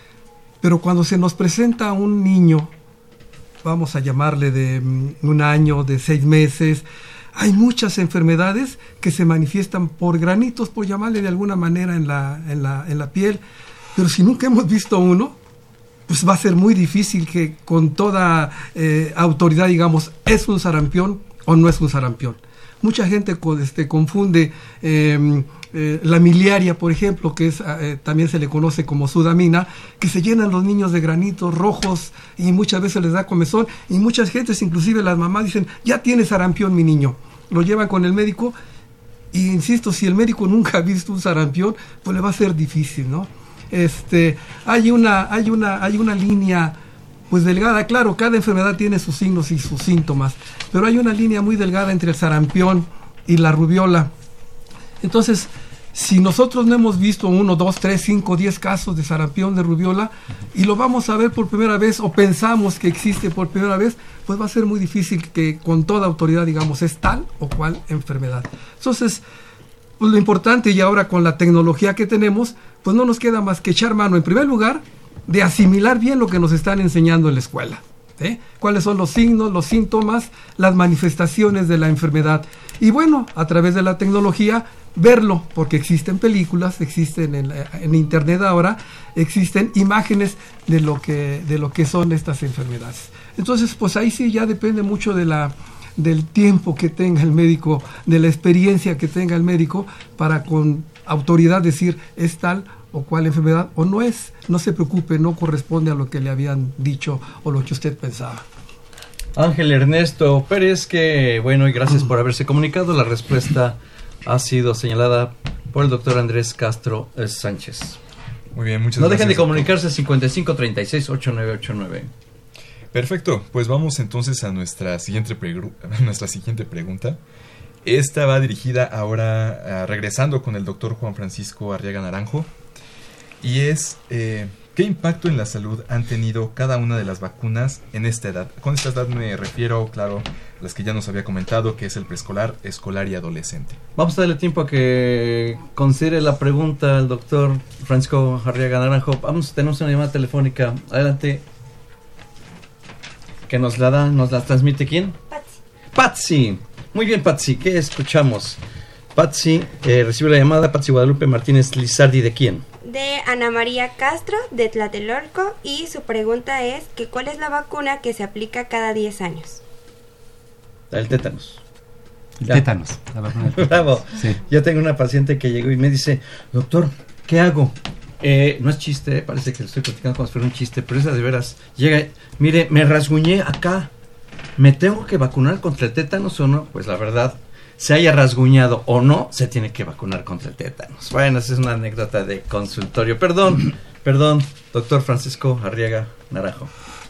pero cuando se nos presenta un niño, vamos a llamarle de um, un año, de seis meses, hay muchas enfermedades que se manifiestan por granitos, por llamarle de alguna manera en la, en la, en la piel, pero si nunca hemos visto uno, pues va a ser muy difícil que con toda eh, autoridad digamos, ¿es un sarampión o no es un sarampión? Mucha gente este, confunde eh, eh, la miliaria, por ejemplo, que es, eh, también se le conoce como sudamina, que se llenan los niños de granitos rojos y muchas veces les da comezón, y muchas gentes, inclusive las mamás, dicen, ya tiene sarampión mi niño. Lo llevan con el médico y, insisto, si el médico nunca ha visto un sarampión, pues le va a ser difícil, ¿no? Este, hay una, hay una, hay una línea pues delgada, claro, cada enfermedad tiene sus signos y sus síntomas, pero hay una línea muy delgada entre el sarampión y la rubiola. Entonces, si nosotros no hemos visto uno, dos, tres, cinco, diez casos de sarampión, de rubiola, y lo vamos a ver por primera vez, o pensamos que existe por primera vez, pues va a ser muy difícil que con toda autoridad digamos es tal o cual enfermedad. Entonces, pues lo importante, y ahora con la tecnología que tenemos, pues no nos queda más que echar mano, en primer lugar, de asimilar bien lo que nos están enseñando en la escuela. ¿eh? Cuáles son los signos, los síntomas, las manifestaciones de la enfermedad. Y bueno, a través de la tecnología, verlo, porque existen películas, existen en, en internet ahora, existen imágenes de lo que, de lo que son estas enfermedades. Entonces, pues ahí sí ya depende mucho de la del tiempo que tenga el médico, de la experiencia que tenga el médico, para con autoridad decir es tal o cual enfermedad, o no es. No se preocupe, no corresponde a lo que le habían dicho o lo que usted pensaba. Ángel Ernesto Pérez, que bueno, y gracias por haberse comunicado. La respuesta ha sido señalada por el doctor Andrés Castro Sánchez. Muy bien, muchas no gracias. No dejen de comunicarse cincuenta y cinco, treinta y seis, ochenta y nueve ochenta y nueve. Perfecto, pues vamos entonces a nuestra siguiente, pre- nuestra siguiente pregunta. Esta va dirigida ahora, uh, regresando con el doctor Juan Francisco Arriaga Naranjo, y es, eh, ¿Qué impacto en la salud han tenido cada una de las vacunas en esta edad? Con esta edad me refiero, claro, a las que ya nos había comentado, que es el preescolar, escolar y adolescente. Vamos a darle tiempo a que considere la pregunta al doctor Francisco Arriaga Naranjo. Vamos, tenemos una llamada telefónica. Adelante. ¿Que nos la da, nos la transmite quién? Patsy. Patsy. Muy bien, Patsy. ¿Qué escuchamos? Patsy, eh, recibe la llamada. Patsy Guadalupe Martínez Lizardi, ¿de quién? De Ana María Castro, de Tlatelolco, y su pregunta es que ¿cuál es la vacuna que se aplica cada diez años? El tétanos. El tétanos. La vacuna del tétanos. Bravo. Sí. Yo tengo una paciente que llegó y me dice, doctor, ¿qué hago? Eh, no es chiste, eh, parece que lo estoy platicando como si fuera un chiste, pero esa de veras. Llega, mire, me rasguñé acá. ¿Me tengo que vacunar contra el tétanos o no? Pues la verdad, se haya rasguñado o no, se tiene que vacunar contra el tétanos. Bueno, esa es una anécdota de consultorio. Perdón, perdón, doctor Francisco Arriaga Naranjo.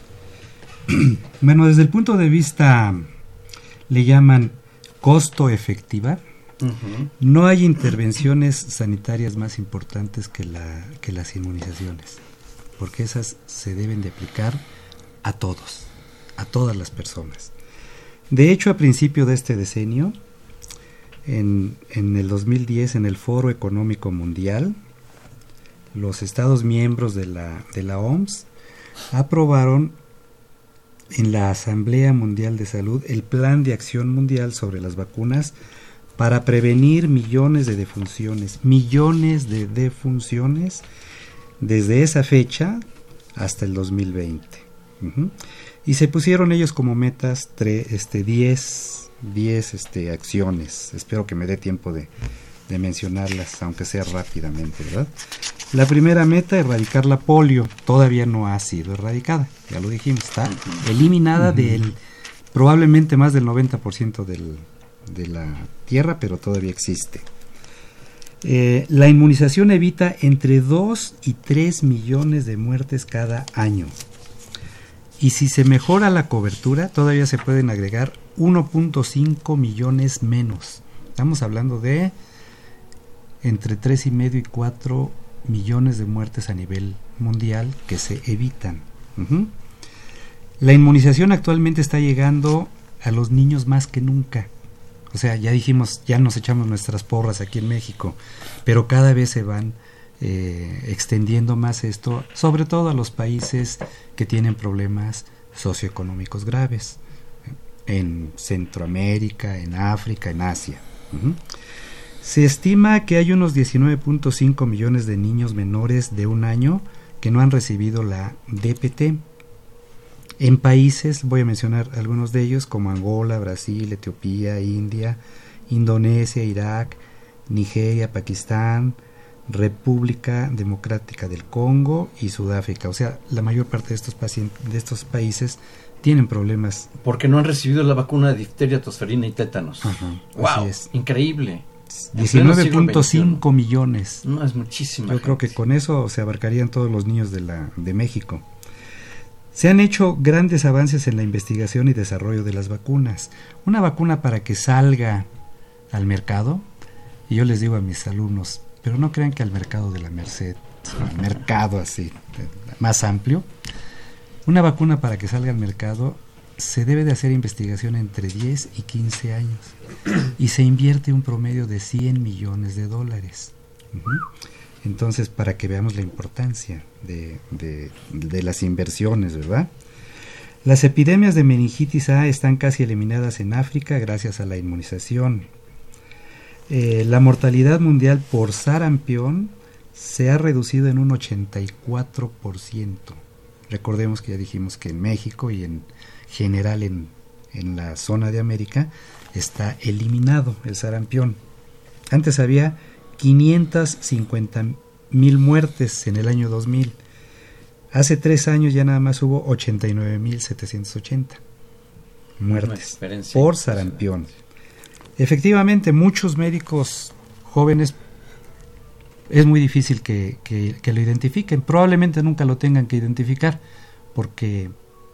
Bueno, desde el punto de vista, le llaman costo efectiva. Uh-huh. No hay intervenciones sanitarias más importantes que, la, que las inmunizaciones, porque esas se deben de aplicar a todos, a todas las personas. De hecho, a principio de este decenio, en, en el dos mil diez, en el Foro Económico Mundial, los Estados miembros de la, de la O M S aprobaron en la Asamblea Mundial de Salud el Plan de Acción Mundial sobre las vacunas para prevenir millones de defunciones, millones de defunciones desde esa fecha hasta el dos mil veinte. Uh-huh. Y se pusieron ellos como metas tre, este, diez, diez este, acciones. Espero que me dé tiempo de, de mencionarlas, aunque sea rápidamente, ¿verdad? La primera meta, erradicar la polio. Todavía no ha sido erradicada, ya lo dijimos, está eliminada uh-huh. del probablemente más del noventa por ciento del de la tierra, pero todavía existe. Eh, la inmunización evita entre dos y tres millones de muertes cada año. Y si se mejora la cobertura, todavía se pueden agregar uno punto cinco millones menos. Estamos hablando de entre tres y medio y cuatro millones de muertes a nivel mundial que se evitan. Uh-huh. La inmunización actualmente está llegando a los niños más que nunca. O sea, ya dijimos, ya nos echamos nuestras porras aquí en México, pero cada vez se van eh, extendiendo más esto, sobre todo a los países que tienen problemas socioeconómicos graves, en Centroamérica, en África, en Asia. Uh-huh. Se estima que hay unos diecinueve punto cinco millones de niños menores de un año que no han recibido la D P T. En países, voy a mencionar algunos de ellos, como Angola, Brasil, Etiopía, India, Indonesia, Irak, Nigeria, Pakistán, República Democrática del Congo y Sudáfrica. O sea, la mayor parte de estos pacientes, de estos países tienen problemas. Porque no han recibido la vacuna de difteria, tosferina y tétanos. Ajá, wow, así es. Increíble. diecinueve punto cinco millones. No, es muchísima Yo gente. creo que con eso se abarcarían todos los niños de, la, de México. Se han hecho grandes avances en la investigación y desarrollo de las vacunas. Una vacuna para que salga al mercado, y yo les digo a mis alumnos, pero no crean que al mercado de la Merced, al mercado así, más amplio. Una vacuna para que salga al mercado se debe de hacer investigación entre diez y quince años y se invierte un promedio de cien millones de dólares. Uh-huh. Entonces, para que veamos la importancia de, de, de las inversiones, ¿verdad? Las epidemias de meningitis A están casi eliminadas en África gracias a la inmunización. Eh, la mortalidad mundial por sarampión se ha reducido en un ochenta y cuatro por ciento. Recordemos que ya dijimos que en México y en general en, en la zona de América está eliminado el sarampión. Antes había quinientas cincuenta mil muertes en el año dos mil. Hace tres años ya nada más hubo ochenta y nueve mil setecientos ochenta muertes por sarampión. Efectivamente, muchos médicos jóvenes es muy difícil que, que, que lo identifiquen. Probablemente nunca lo tengan que identificar porque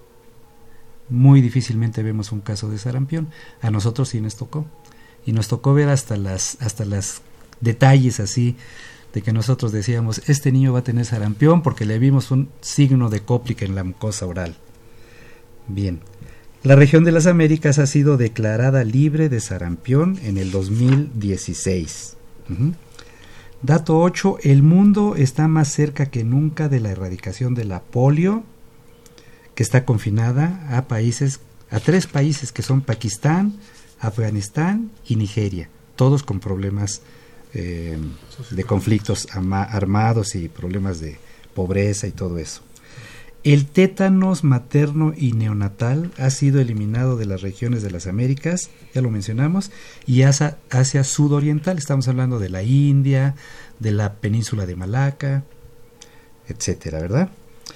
muy difícilmente vemos un caso de sarampión. A nosotros sí nos tocó. Y nos tocó ver hasta las hasta las detalles así de que nosotros decíamos, este niño va a tener sarampión porque le vimos un signo de cóplica en la mucosa oral. Bien, la región de las Américas ha sido declarada libre de sarampión en el dos mil dieciséis. Uh-huh. Dato ocho, el mundo está más cerca que nunca de la erradicación de la polio, que está confinada a países, a tres países que son Pakistán, Afganistán y Nigeria, todos con problemas eh, de conflictos ama- armados y problemas de pobreza y todo eso. El tétanos materno y neonatal ha sido eliminado de las regiones de las Américas, ya lo mencionamos, y hacia, hacia sudoriental, estamos hablando de la India, de la península de Malaca, etcétera, ¿verdad?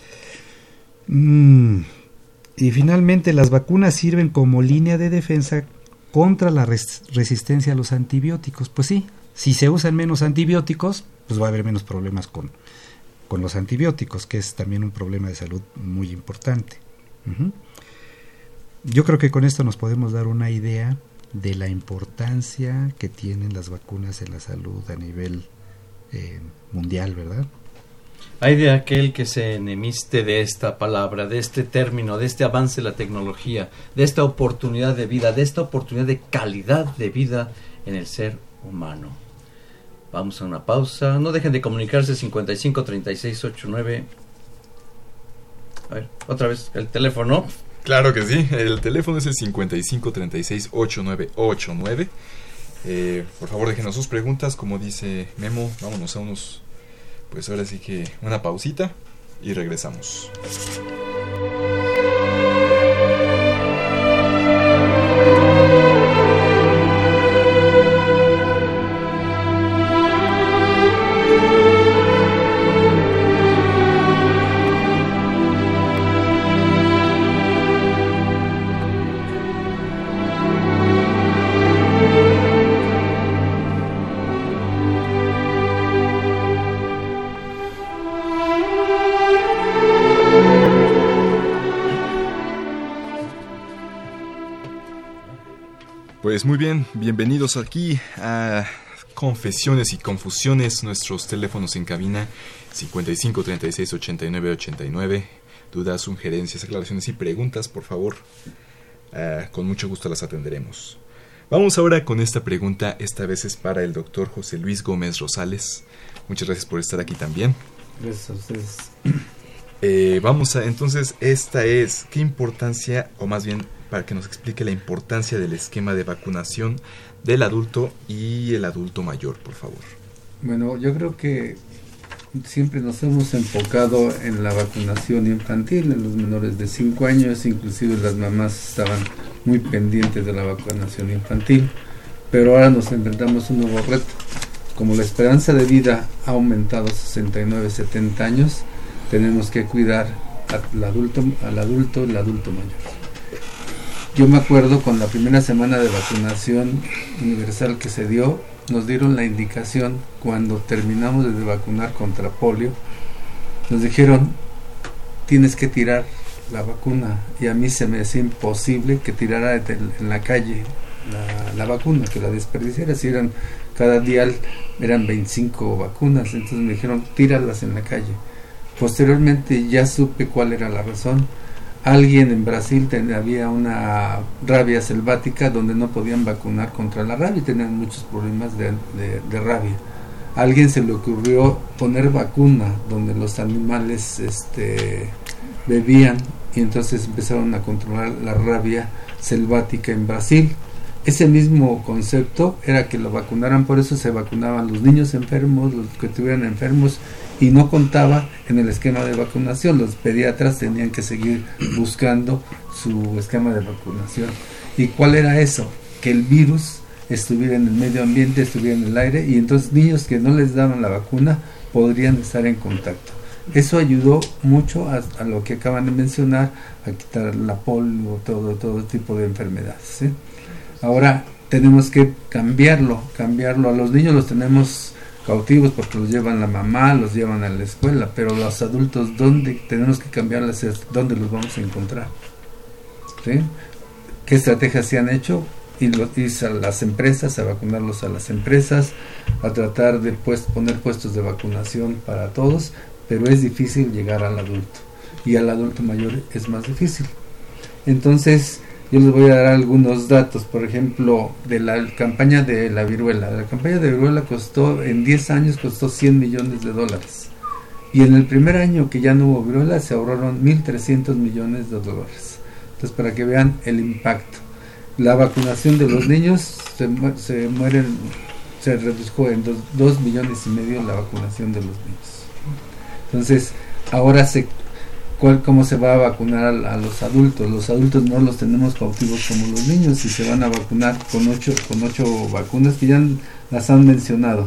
Mm. Y finalmente las vacunas sirven como línea de defensa contra la res- resistencia a los antibióticos. Pues sí, si se usan menos antibióticos, pues va a haber menos problemas con, con los antibióticos, que es también un problema de salud muy importante. Uh-huh. Yo creo que con esto nos podemos dar una idea de la importancia que tienen las vacunas en la salud a nivel eh, mundial, ¿verdad? Hay de aquel que se enemiste de esta palabra, de este término, de este avance de la tecnología, de esta oportunidad de vida, de esta oportunidad de calidad de vida en el ser humano. Vamos a una pausa. No dejen de comunicarse. Cincuenta y cinco, treinta y seis, ochenta y nueve. A ver, otra vez el teléfono. Claro que sí, el teléfono es el cincuenta y cinco, treinta y seis, ochenta y nueve ochenta y nueve. Eh, por favor, déjenos sus preguntas. Como dice Memo, vámonos a unos... Pues ahora sí que una pausita y regresamos. Pues muy bien, bienvenidos aquí a Confesiones y Confusiones, nuestros teléfonos en cabina cincuenta y cinco, treinta y seis, ochenta y nueve ochenta y nueve. Dudas, sugerencias, aclaraciones y preguntas, por favor, uh, con mucho gusto las atenderemos. Vamos ahora con esta pregunta, esta vez es para el doctor José Luis Gómez Rosales. Muchas gracias por estar aquí también. Gracias a ustedes. Eh, vamos a, entonces, esta es, ¿qué importancia, o más bien, para que nos explique la importancia del esquema de vacunación del adulto y el adulto mayor, por favor? Bueno, yo creo que siempre nos hemos enfocado en la vacunación infantil, en los menores de cinco años, inclusive las mamás estaban muy pendientes de la vacunación infantil, pero ahora nos enfrentamos a un nuevo reto. Como la esperanza de vida ha aumentado a sesenta y nueve, setenta años, tenemos que cuidar al adulto, al adulto, el adulto mayor. Yo me acuerdo con la primera semana de vacunación universal que se dio, nos dieron la indicación cuando terminamos de vacunar contra polio, nos dijeron, tienes que tirar la vacuna, y a mí se me hacía imposible que tirara en la calle la, la vacuna, que la desperdiciara. Si eran, cada día eran veinticinco vacunas, entonces me dijeron, tíralas en la calle. Posteriormente ya supe cuál era la razón. Alguien en Brasil ten, había una rabia selvática donde no podían vacunar contra la rabia y tenían muchos problemas de, de, de rabia. A alguien se le ocurrió poner vacuna donde los animales este, bebían, y entonces empezaron a controlar la rabia selvática en Brasil. Ese mismo concepto era que lo vacunaran, por eso se vacunaban los niños enfermos, los que estuvieran enfermos, y no contaba en el esquema de vacunación. Los pediatras tenían que seguir buscando su esquema de vacunación. ¿Y cuál era eso? Que el virus estuviera en el medio ambiente, estuviera en el aire, y entonces niños que no les daban la vacuna podrían estar en contacto. Eso ayudó mucho a, a lo que acaban de mencionar, a quitar la polio, todo, todo tipo de enfermedades, ¿sí? Ahora tenemos que cambiarlo, cambiarlo. A los niños los tenemos cautivos porque los llevan la mamá, los llevan a la escuela, pero los adultos, ¿dónde tenemos que cambiarles? ¿Dónde los vamos a encontrar? ¿Sí? ¿Qué estrategias se han hecho? y, lo, y a las empresas, a vacunarlos a las empresas, a tratar de pues, poner puestos de vacunación para todos, pero es difícil llegar al adulto, y al adulto mayor es más difícil. Entonces, yo les voy a dar algunos datos, por ejemplo, de la campaña de la viruela. La campaña de viruela costó, en diez años, costó cien millones de dólares. Y en el primer año que ya no hubo viruela, se ahorraron mil trescientos millones de dólares. Entonces, para que vean el impacto. La vacunación de los niños, se, mu se mueren, se redujo en dos, dos millones y medio la vacunación de los niños. Entonces, ahora se... ¿Cuál, ¿Cómo se va a vacunar a, a los adultos? Los adultos no los tenemos cautivos como los niños, y se van a vacunar con ocho, con ocho vacunas que ya las han mencionado.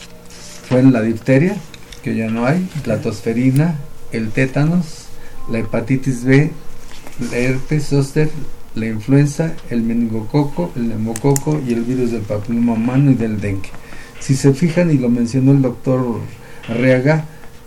Fue la difteria, que ya no hay, la tosferina, el tétanos, la hepatitis B, la herpes zóster, la influenza, el meningococo, el neumococo y el virus del papiloma humano y del dengue. Si se fijan, y lo mencionó el doctor Arriaga,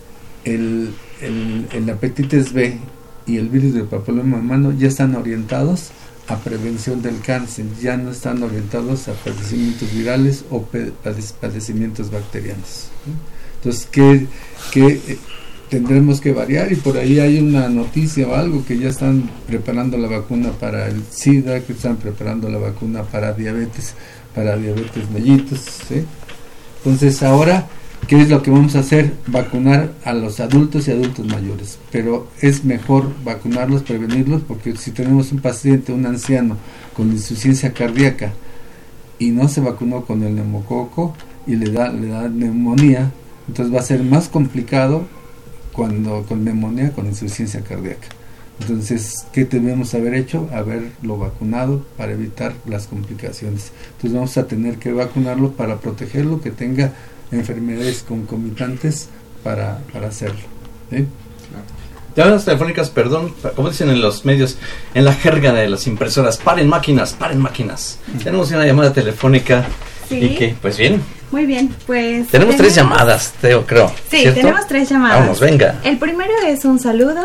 el El, el hepatitis B y el virus del papiloma humano ya están orientados a prevención del cáncer, ya no están orientados a padecimientos virales o pe padecimientos bacterianos. Entonces, ¿qué, qué eh, tendremos que variar? Y por ahí hay una noticia o algo, que ya están preparando la vacuna para el SIDA, que están preparando la vacuna para diabetes, para diabetes mellitus, ¿sí? Entonces, ahora, ¿qué es lo que vamos a hacer? Vacunar a los adultos y adultos mayores, pero es mejor vacunarlos, prevenirlos, porque si tenemos un paciente, un anciano con insuficiencia cardíaca y no se vacunó con el neumococo y le da, le da neumonía, entonces va a ser más complicado cuando con neumonía, con insuficiencia cardíaca. Entonces, ¿qué debemos haber hecho? Haberlo vacunado para evitar las complicaciones. Entonces vamos a tener que vacunarlo para protegerlo, que tenga enfermedades concomitantes para, para hacerlo, ¿sí? Llamadas telefónicas, perdón, como dicen en los medios, en la jerga de las impresoras, paren máquinas, paren máquinas. Uh-huh. Tenemos una llamada telefónica. ¿Sí? Y que, pues bien. Muy bien, pues... Tenemos, tenemos tres llamadas, Teo, creo. Sí, ¿cierto? Tenemos tres llamadas. Vamos, venga. El primero es un saludo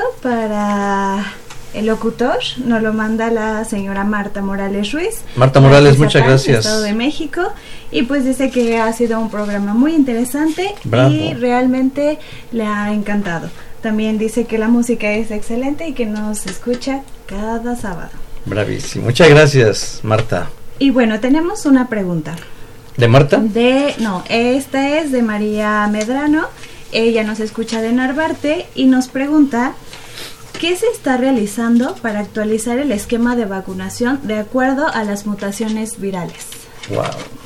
para el locutor, nos lo manda la señora Marta Morales Ruiz. Marta Morales, muchas gracias. Estado de México, y pues dice que ha sido un programa muy interesante. Bravo. Y realmente le ha encantado. También dice que la música es excelente y que nos escucha cada sábado. Bravísimo, muchas gracias, Marta. Y bueno, tenemos una pregunta. ¿De Marta? De, no, esta es de María Medrano. Ella nos escucha de Narvarte y nos pregunta: ¿qué se está realizando para actualizar el esquema de vacunación de acuerdo a las mutaciones virales? Wow.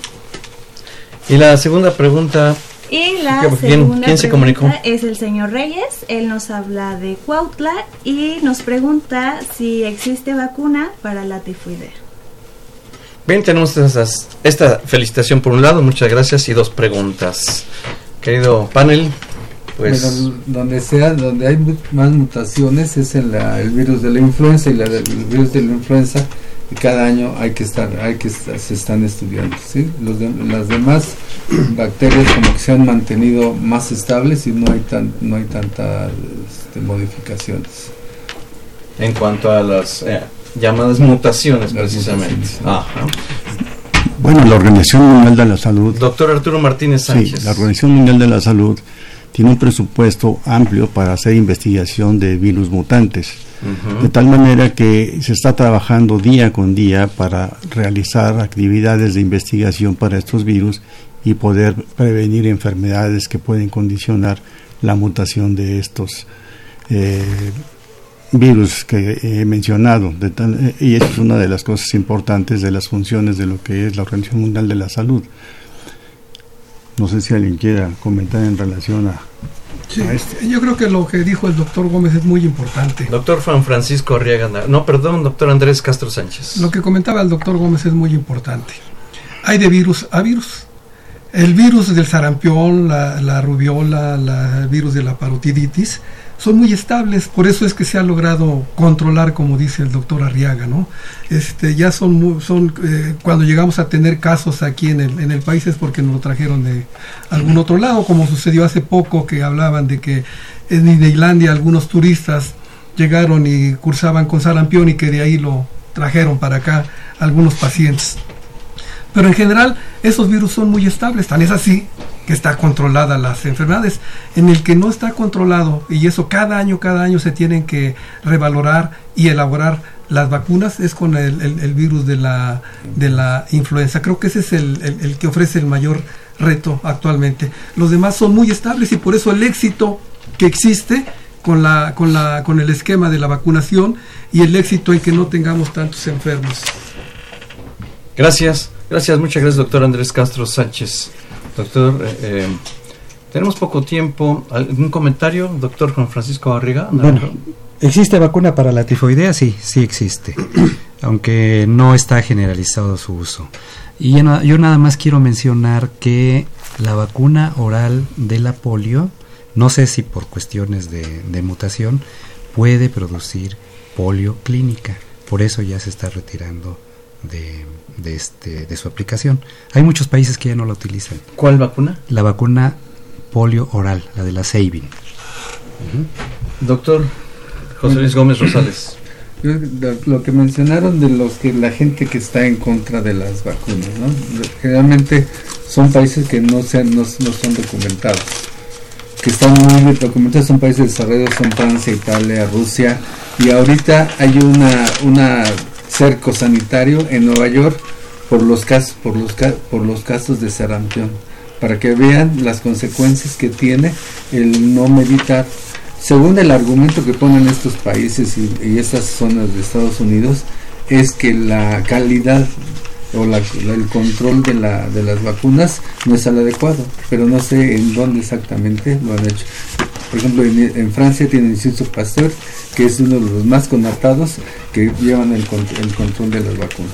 Y la segunda pregunta. Y la ¿Quién, segunda ¿quién se pregunta comunicó? Es el señor Reyes. Él nos habla de Cuautla y nos pregunta si existe vacuna para la tifoidea. Bien, tenemos esas, esta felicitación por un lado, muchas gracias, y dos preguntas. Querido panel, pues... Pero donde sea, donde hay más mutaciones es en la, el virus de la influenza y la del virus de la influenza, y cada año hay que estar, hay que estar, se están estudiando, ¿sí? Los de, las demás bacterias como que se han mantenido más estables y no hay tan, no hay tantas este, modificaciones. En cuanto a las eh, llamadas mutaciones, precisamente. Mutaciones. Ajá. Bueno, la Organización Mundial de la Salud... Doctor Arturo Martínez Sánchez. Sí, la Organización Mundial de la Salud tiene un presupuesto amplio para hacer investigación de virus mutantes, uh-huh. de tal manera que se está trabajando día con día para realizar actividades de investigación para estos virus y poder prevenir enfermedades que pueden condicionar la mutación de estos eh, virus que he mencionado, de tal, y eso es una de las cosas importantes de las funciones de lo que es la Organización Mundial de la Salud. No sé si alguien quiera comentar en relación a, sí, a esto. Yo creo que lo que dijo el doctor Gómez es muy importante. Doctor Juan Francisco Arriaga, no, perdón, doctor Andrés Castro Sánchez. Lo que comentaba el doctor Gómez es muy importante. Hay de virus a virus. El virus del sarampión, la, la rubiola, la, el virus de la parotiditis, son muy estables, por eso es que se ha logrado controlar, como dice el doctor Arriaga, ¿no? Este, ya son, son eh, cuando llegamos a tener casos aquí en el, en el país es porque nos lo trajeron de algún otro lado, como sucedió hace poco, que hablaban de que en Disneylandia algunos turistas llegaron y cursaban con sarampión y que de ahí lo trajeron para acá algunos pacientes. Pero en general esos virus son muy estables, tan es así que está controlada las enfermedades. En el que no está controlado, y eso cada año, cada año se tienen que revalorar y elaborar las vacunas, es con el, el, el virus de la, de la influenza. Creo que ese es el, el, el que ofrece el mayor reto actualmente. Los demás son muy estables y por eso el éxito que existe con la, con la, con el esquema de la vacunación y el éxito en que no tengamos tantos enfermos. Gracias, gracias, muchas gracias, doctor Andrés Castro Sánchez. Doctor, eh, eh, tenemos poco tiempo. ¿Algún comentario, doctor Juan Francisco Barriga? Bueno, ¿existe vacuna para la tifoidea? Sí, sí existe, aunque no está generalizado su uso. Y yo, yo nada más quiero mencionar que la vacuna oral de la polio, no sé si por cuestiones de, de mutación, puede producir polio clínica. Por eso ya se está retirando de, de, este, de su aplicación. Hay muchos países que ya no la utilizan. ¿Cuál vacuna? La vacuna polio oral, la de la Sabin. Uh-huh. Doctor José Luis Gómez Rosales. Lo que mencionaron de los que la gente que está en contra de las vacunas, ¿no? Generalmente son países que no, sean, no, no son documentados, que están muy documentados, son países desarrollados, son Francia, Italia, Rusia, y ahorita hay una una cerco sanitario en Nueva York por los casos por los por los casos de sarampión, para que vean las consecuencias que tiene el no meditar. Según el argumento que ponen estos países y, y estas zonas de Estados Unidos, es que la calidad o la, la, el control de, la, de las vacunas no es el adecuado, pero no sé en dónde exactamente lo han hecho. Por ejemplo, en, en Francia tiene el Instituto Pasteur, que es uno de los más connotado que llevan el, el control de las vacunas.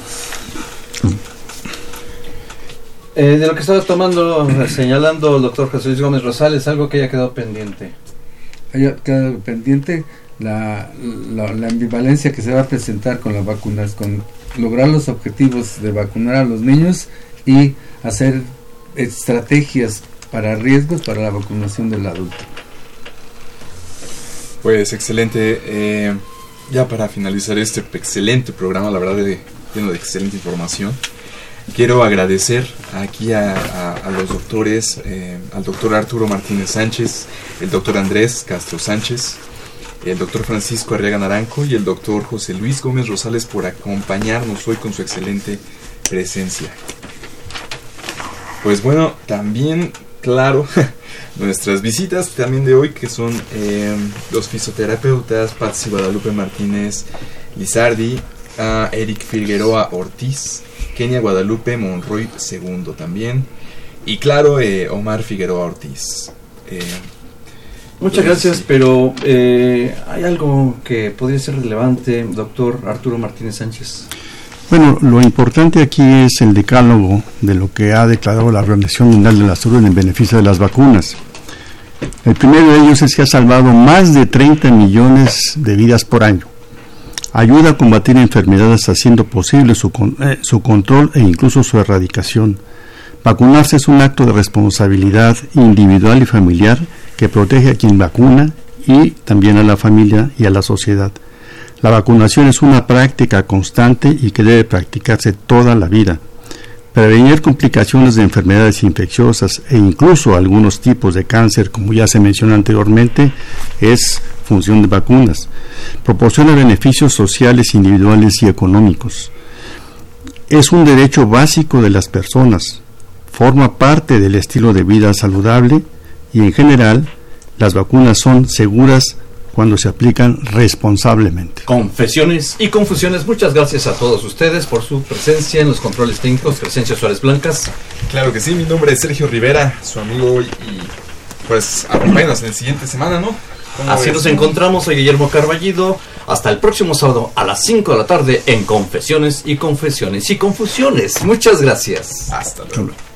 Eh, de lo que estaba tomando, señalando el doctor José Luis Gómez Rosales, algo que haya quedado pendiente. Haya quedado pendiente la, la, la ambivalencia que se va a presentar con las vacunas, con lograr los objetivos de vacunar a los niños y hacer estrategias para riesgos para la vacunación del adulto. Pues excelente. Eh, ya para finalizar este excelente programa, la verdad, de, lleno de excelente información, quiero agradecer aquí a, a, a los doctores, eh, al doctor Arturo Martínez Sánchez, el doctor Andrés Castro Sánchez, el doctor Francisco Arriaga Naranjo y el doctor José Luis Gómez Rosales por acompañarnos hoy con su excelente presencia. Pues bueno, también, claro, nuestras visitas también de hoy, que son eh, los fisioterapeutas Patsy Guadalupe Martínez Lizardi, a Eric Figueroa Ortiz, Kenia Guadalupe Monroy segundo también, y claro, eh, Omar Figueroa Ortiz. Eh, Muchas gracias, sí. Pero eh, ¿hay algo que podría ser relevante, doctor Arturo Martínez Sánchez? Bueno, lo importante aquí es el decálogo de lo que ha declarado la Organización Mundial de la Salud en beneficio de las vacunas. El primero de ellos es que ha salvado más de treinta millones de vidas por año. Ayuda a combatir enfermedades haciendo posible su, eh, su control e incluso su erradicación. Vacunarse es un acto de responsabilidad individual y familiar que protege a quien vacuna y también a la familia y a la sociedad. La vacunación es una práctica constante y que debe practicarse toda la vida. Prevenir complicaciones de enfermedades infecciosas e incluso algunos tipos de cáncer, como ya se mencionó anteriormente, es función de vacunas. Proporciona beneficios sociales, individuales y económicos. Es un derecho básico de las personas. Forma parte del estilo de vida saludable y en general las vacunas son seguras cuando se aplican responsablemente. Confesiones y confusiones. Muchas gracias a todos ustedes por su presencia en los controles técnicos. Crescencio Suárez Blancas. Claro que sí, mi nombre es Sergio Rivera, su amigo, y pues acompáñanos en la siguiente semana, ¿no? Así nos encontramos, soy Guillermo Carballido. Hasta el próximo sábado a las cinco de la tarde en Confesiones y Confesiones y Confusiones. Muchas gracias. Hasta luego.